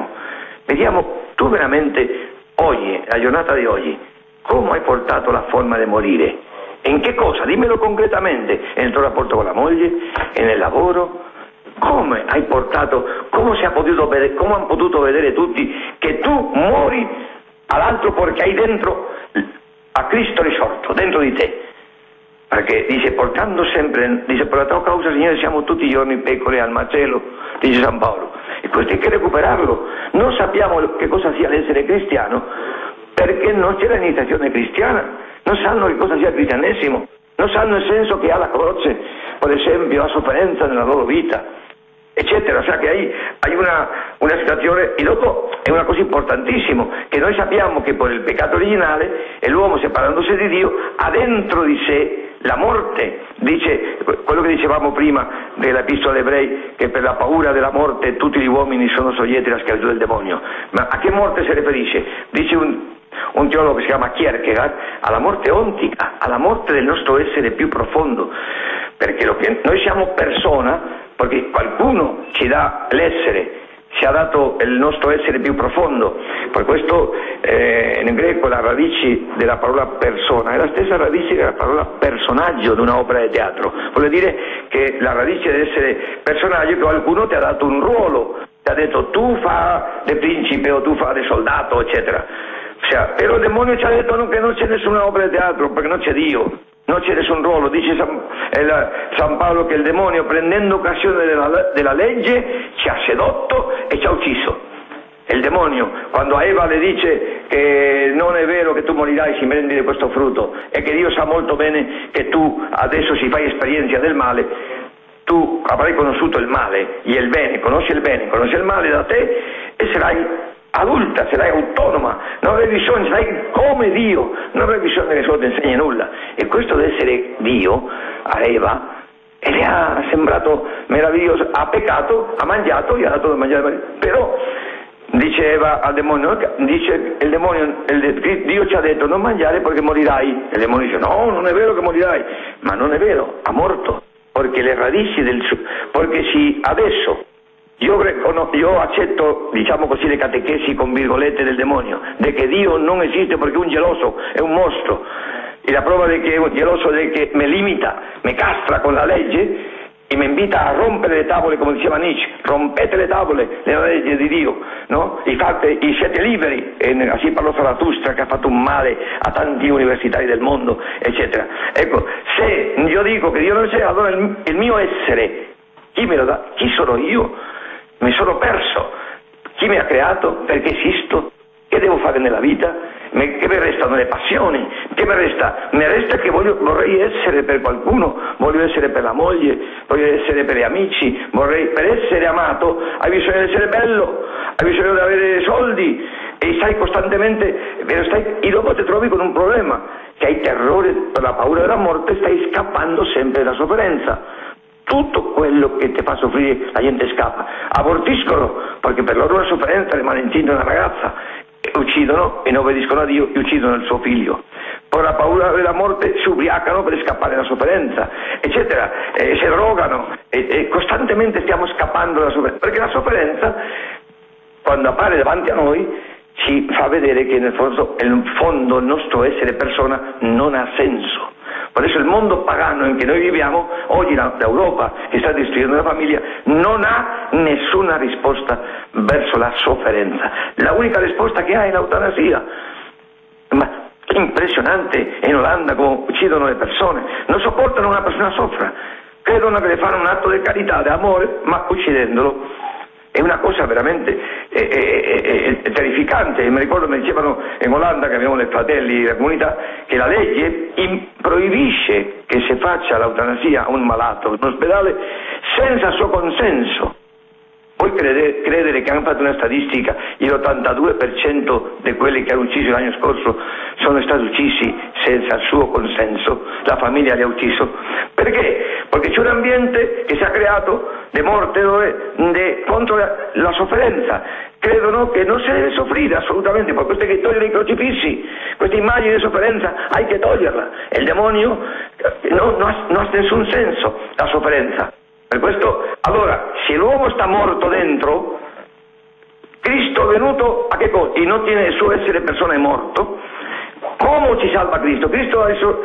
vediamo tu veramente oggi, la giornata di oggi, come hai portato la forma di morire? E in che cosa? Dimmelo concretamente, nel tuo rapporto con la moglie, e nel lavoro. Come hai portato, come hanno potuto vedere tutti che tu muori all'altro perché hai dentro a Cristo risorto, dentro di te? Perché dice, portando sempre, dice, per la tua causa, Signore, siamo tutti i giorni pecore al macello, dice San Paolo. E questo hay che recuperarlo. Non sappiamo che cosa sia l'essere cristiano perché non c'è l'iniziazione cristiana, non sanno che cosa sia il cristianesimo, non sanno il senso che ha la croce, per esempio, la sofferenza nella loro vita, eccetera. O sea che hay una situazione, e dopo è una cosa importantissima, che noi sappiamo che per il peccato originale l'uomo, separandosi di Dio, ha dentro di sé la morte. Dice quello che dicevamo prima dell'Epistola agli Ebrei, che per la paura della morte tutti gli uomini sono soggetti alla schiavitù del demonio. Ma a che morte si riferisce? Dice un teologo che si chiama Kierkegaard, alla morte ontica, alla morte del nostro essere più profondo, perché noi siamo persona perché qualcuno ci dà l'essere, ci ha dato il nostro essere più profondo. Per questo in greco la radice della parola persona è la stessa radice della parola personaggio di un'opera di teatro. Vuol dire che la radice dell'essere personaggio è che qualcuno ti ha dato un ruolo, ti ha detto tu fa di principe o tu fa di soldato, eccetera. O sea, però il demonio ci ha detto che non c'è nessuna opera di teatro perché non c'è Dio, non c'è nessun ruolo. Dice San Paolo che il demonio, prendendo occasione della legge, ci ha sedotto e ci ha ucciso. E il demonio, quando a Eva le dice che non è vero che tu morirai se prendi di questo frutto e che Dio sa molto bene che tu adesso si fai esperienza del male, tu avrai conosciuto il male e il bene, conosci il male da te e sarai adulta, sarai autonoma, non avrai bisogno, sarai come Dio, non avrai bisogno che nessuno ti insegni nulla. E questo di essere Dio a Eva, e le ha sembrato meraviglioso, ha peccato, ha mangiato, gli ha dato da mangiare, però diceva al demonio, dice il demonio, Dio ci ha detto non mangiare perché morirai, e il demonio dice no, non è vero che morirai, ma non è vero, ha morto, perché le radici perché sì, adesso io accetto, diciamo così, le catechesi con virgolette del demonio, di che Dio non esiste perché è un geloso, è un mostro, e la prova di che è un geloso è che mi limita, mi castra con la legge, e mi invita a rompere le tavole, come diceva Nietzsche, rompete le tavole, le leggi di Dio, no? Siete liberi, e così parlò Zarathustra, che ha fatto un male a tanti universitari del mondo, eccetera. Ecco, se io dico che Dio non c'è, allora il mio essere, chi me lo dà? Chi sono io? Mi sono perso. Chi mi ha creato? Perché esisto? Che devo fare nella vita? Che mi restano le passioni? Che mi resta? Mi resta che vorrei essere per qualcuno, voglio essere per la moglie, voglio essere per gli amici, per essere amato hai bisogno di essere bello, hai bisogno di avere soldi e stai costantemente, e dopo ti trovi con un problema, che hai terrore per la paura della morte, stai scappando sempre dalla sofferenza. Tutto quello che ti fa soffrire la gente scappa, abortiscono perché per loro la sofferenza rimane incinta una ragazza, uccidono e non obbediscono a Dio e uccidono il suo figlio. Per la paura della morte si ubriacano per scappare dalla sofferenza, eccetera, si drogano e costantemente stiamo scappando dalla sofferenza, perché la sofferenza, quando appare davanti a noi, ci fa vedere che nel fondo il nostro essere persona non ha senso. Per adesso il mondo pagano in cui noi viviamo, oggi l'Europa che sta distruggendo la famiglia, non ha nessuna risposta verso la sofferenza. La unica risposta che ha è l'eutanasia. Ma è impressionante in Olanda come uccidono le persone, non sopportano una persona soffra, credono che le fanno un atto di carità, di amore, ma uccidendolo. È una cosa veramente terrificante. Mi ricordo, mi dicevano in Olanda, che abbiamo dei fratelli della comunità, che la legge proibisce che si faccia l'eutanasia a un malato in ospedale senza suo consenso. Puoi credere che hanno fatto una statistica, l'82% di quelli che hanno ucciso l'anno scorso sono stati uccisi senza il suo consenso, la famiglia li ha ucciso. Perché? Perché c'è un ambiente che si è creato di morte contro la sofferenza. Credono che non si deve soffrire assolutamente, per questo che togliere i crocifissi, queste immagini di sofferenza hai che toglierla. E il demonio non ha nessun senso la sofferenza. Per questo, allora, se l'uomo sta morto dentro, Cristo è venuto a che cosa? E non tiene il suo essere persona è morto. Come ci salva Cristo? Cristo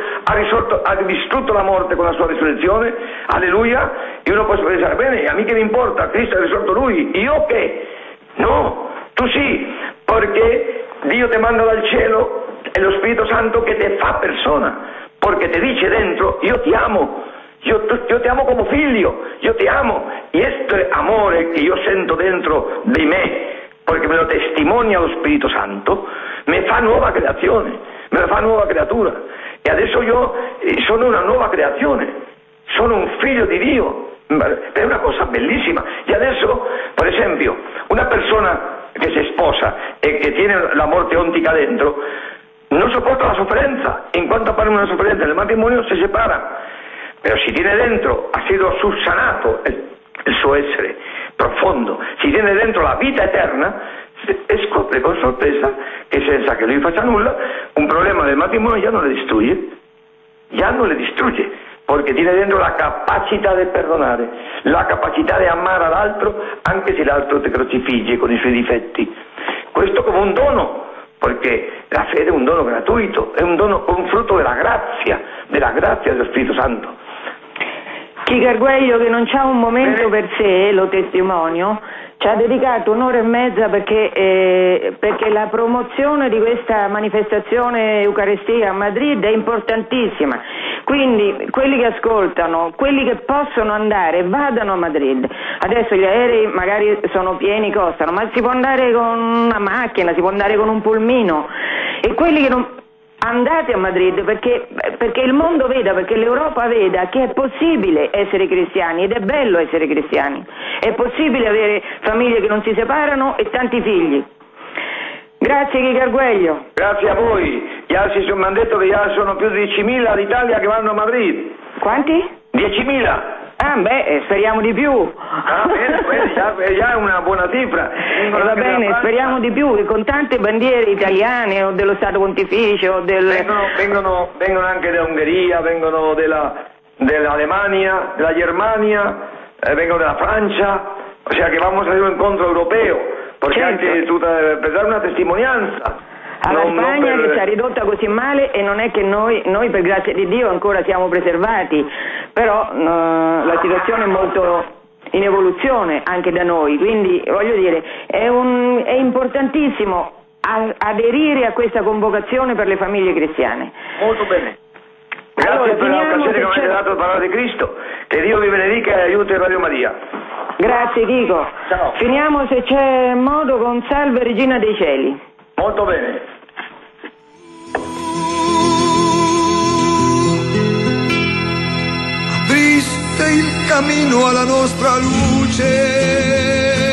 ha distrutto la morte con la sua risurrezione, alleluia, e uno può pensare, bene, a me che mi importa, Cristo ha risorto lui, io che? No, tu sì, perché Dio ti manda dal cielo, è lo Spirito Santo che ti fa persona, perché ti dice dentro, io ti amo. Io ti amo come figlio, io ti amo, e questo amore che io sento dentro di me, perché me lo testimonia lo Spirito Santo, mi fa nuova creazione, me la fa nuova creatura, e adesso io sono una nuova creazione, sono un figlio di Dio, è una cosa bellissima. E adesso, per esempio, una persona che si sposa e che tiene la morte ontica dentro, non sopporta la sofferenza, in quanto appare una sofferenza nel matrimonio si separa. Però si tiene dentro, ha sido sussanato il suo essere profondo, si tiene dentro la vita eterna e scopre con sorpresa che senza che lui faccia nulla, un problema del matrimonio ya non le distrugge, perché tiene dentro la capacità di perdonare, la capacità di amare all'altro anche se l'altro ti crocifigge con i suoi difetti. Questo come un dono, perché la fede è un dono gratuito, è un dono, un frutto della grazia dello Spirito Santo. Chico Arguello, che non c'ha un momento per sé, lo testimonio, ci ha dedicato un'ora e mezza perché la promozione di questa manifestazione Eucaristia a Madrid è importantissima. Quindi quelli che ascoltano, quelli che possono andare, vadano a Madrid. Adesso gli aerei magari sono pieni, costano, ma si può andare con una macchina, si può andare con un pulmino. E quelli che non... Andate a Madrid perché il mondo veda, perché l'Europa veda che è possibile essere cristiani, ed è bello essere cristiani. È possibile avere famiglie che non si separano e tanti figli. Grazie Chico Arguello. Grazie a voi. Mi hanno detto che già sono più di 10.000 all'Italia che vanno a Madrid. Quanti? 10.000. Ah beh, speriamo di più. Bene, già è una buona cifra. Va bene, speriamo di più, che con tante bandiere italiane o dello Stato Pontificio o vengono anche dall'Ungheria, vengono dell'Alemania, della Germania, vengono dalla Francia, ossia che vamos a avere un incontro europeo, perché certo. anche per dare una testimonianza. alla Spagna che si è ridotta così male, e non è che noi per grazia di Dio ancora siamo preservati, però la situazione è molto in evoluzione anche da noi, quindi voglio dire è importantissimo aderire a questa convocazione per le famiglie cristiane. Molto bene. Grazie allora, per l'occasione che mi avete dato di parlare di Cristo, che Dio vi benedica e aiuti Radio Maria. Grazie Chico. Ciao. Finiamo, se c'è modo, con Salve Regina dei Cieli. Molto bene. Apriste il cammino alla nostra luce.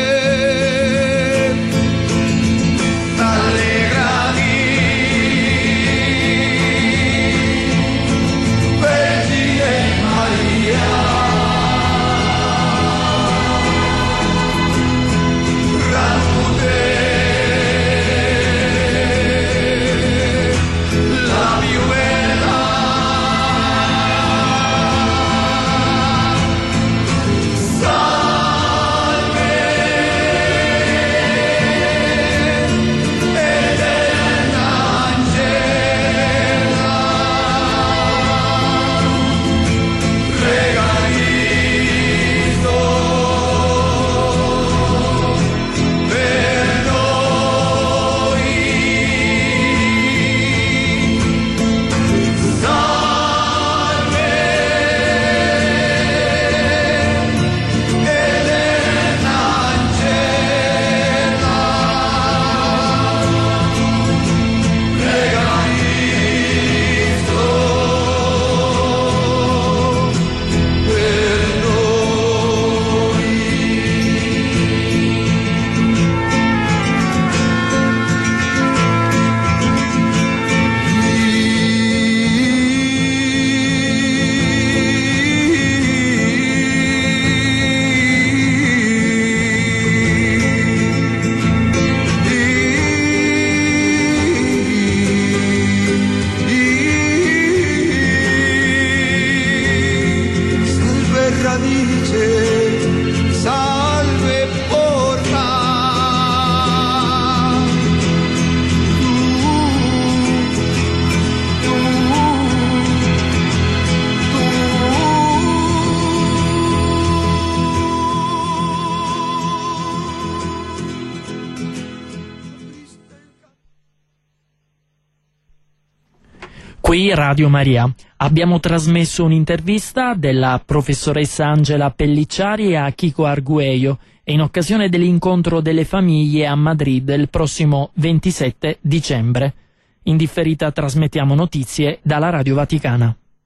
Qui Radio Maria abbiamo trasmesso un'intervista della professoressa Angela Pellicciari a Chico Arguello in occasione dell'incontro delle famiglie a Madrid il prossimo 27 dicembre. In differita trasmettiamo notizie dalla Radio Vaticana.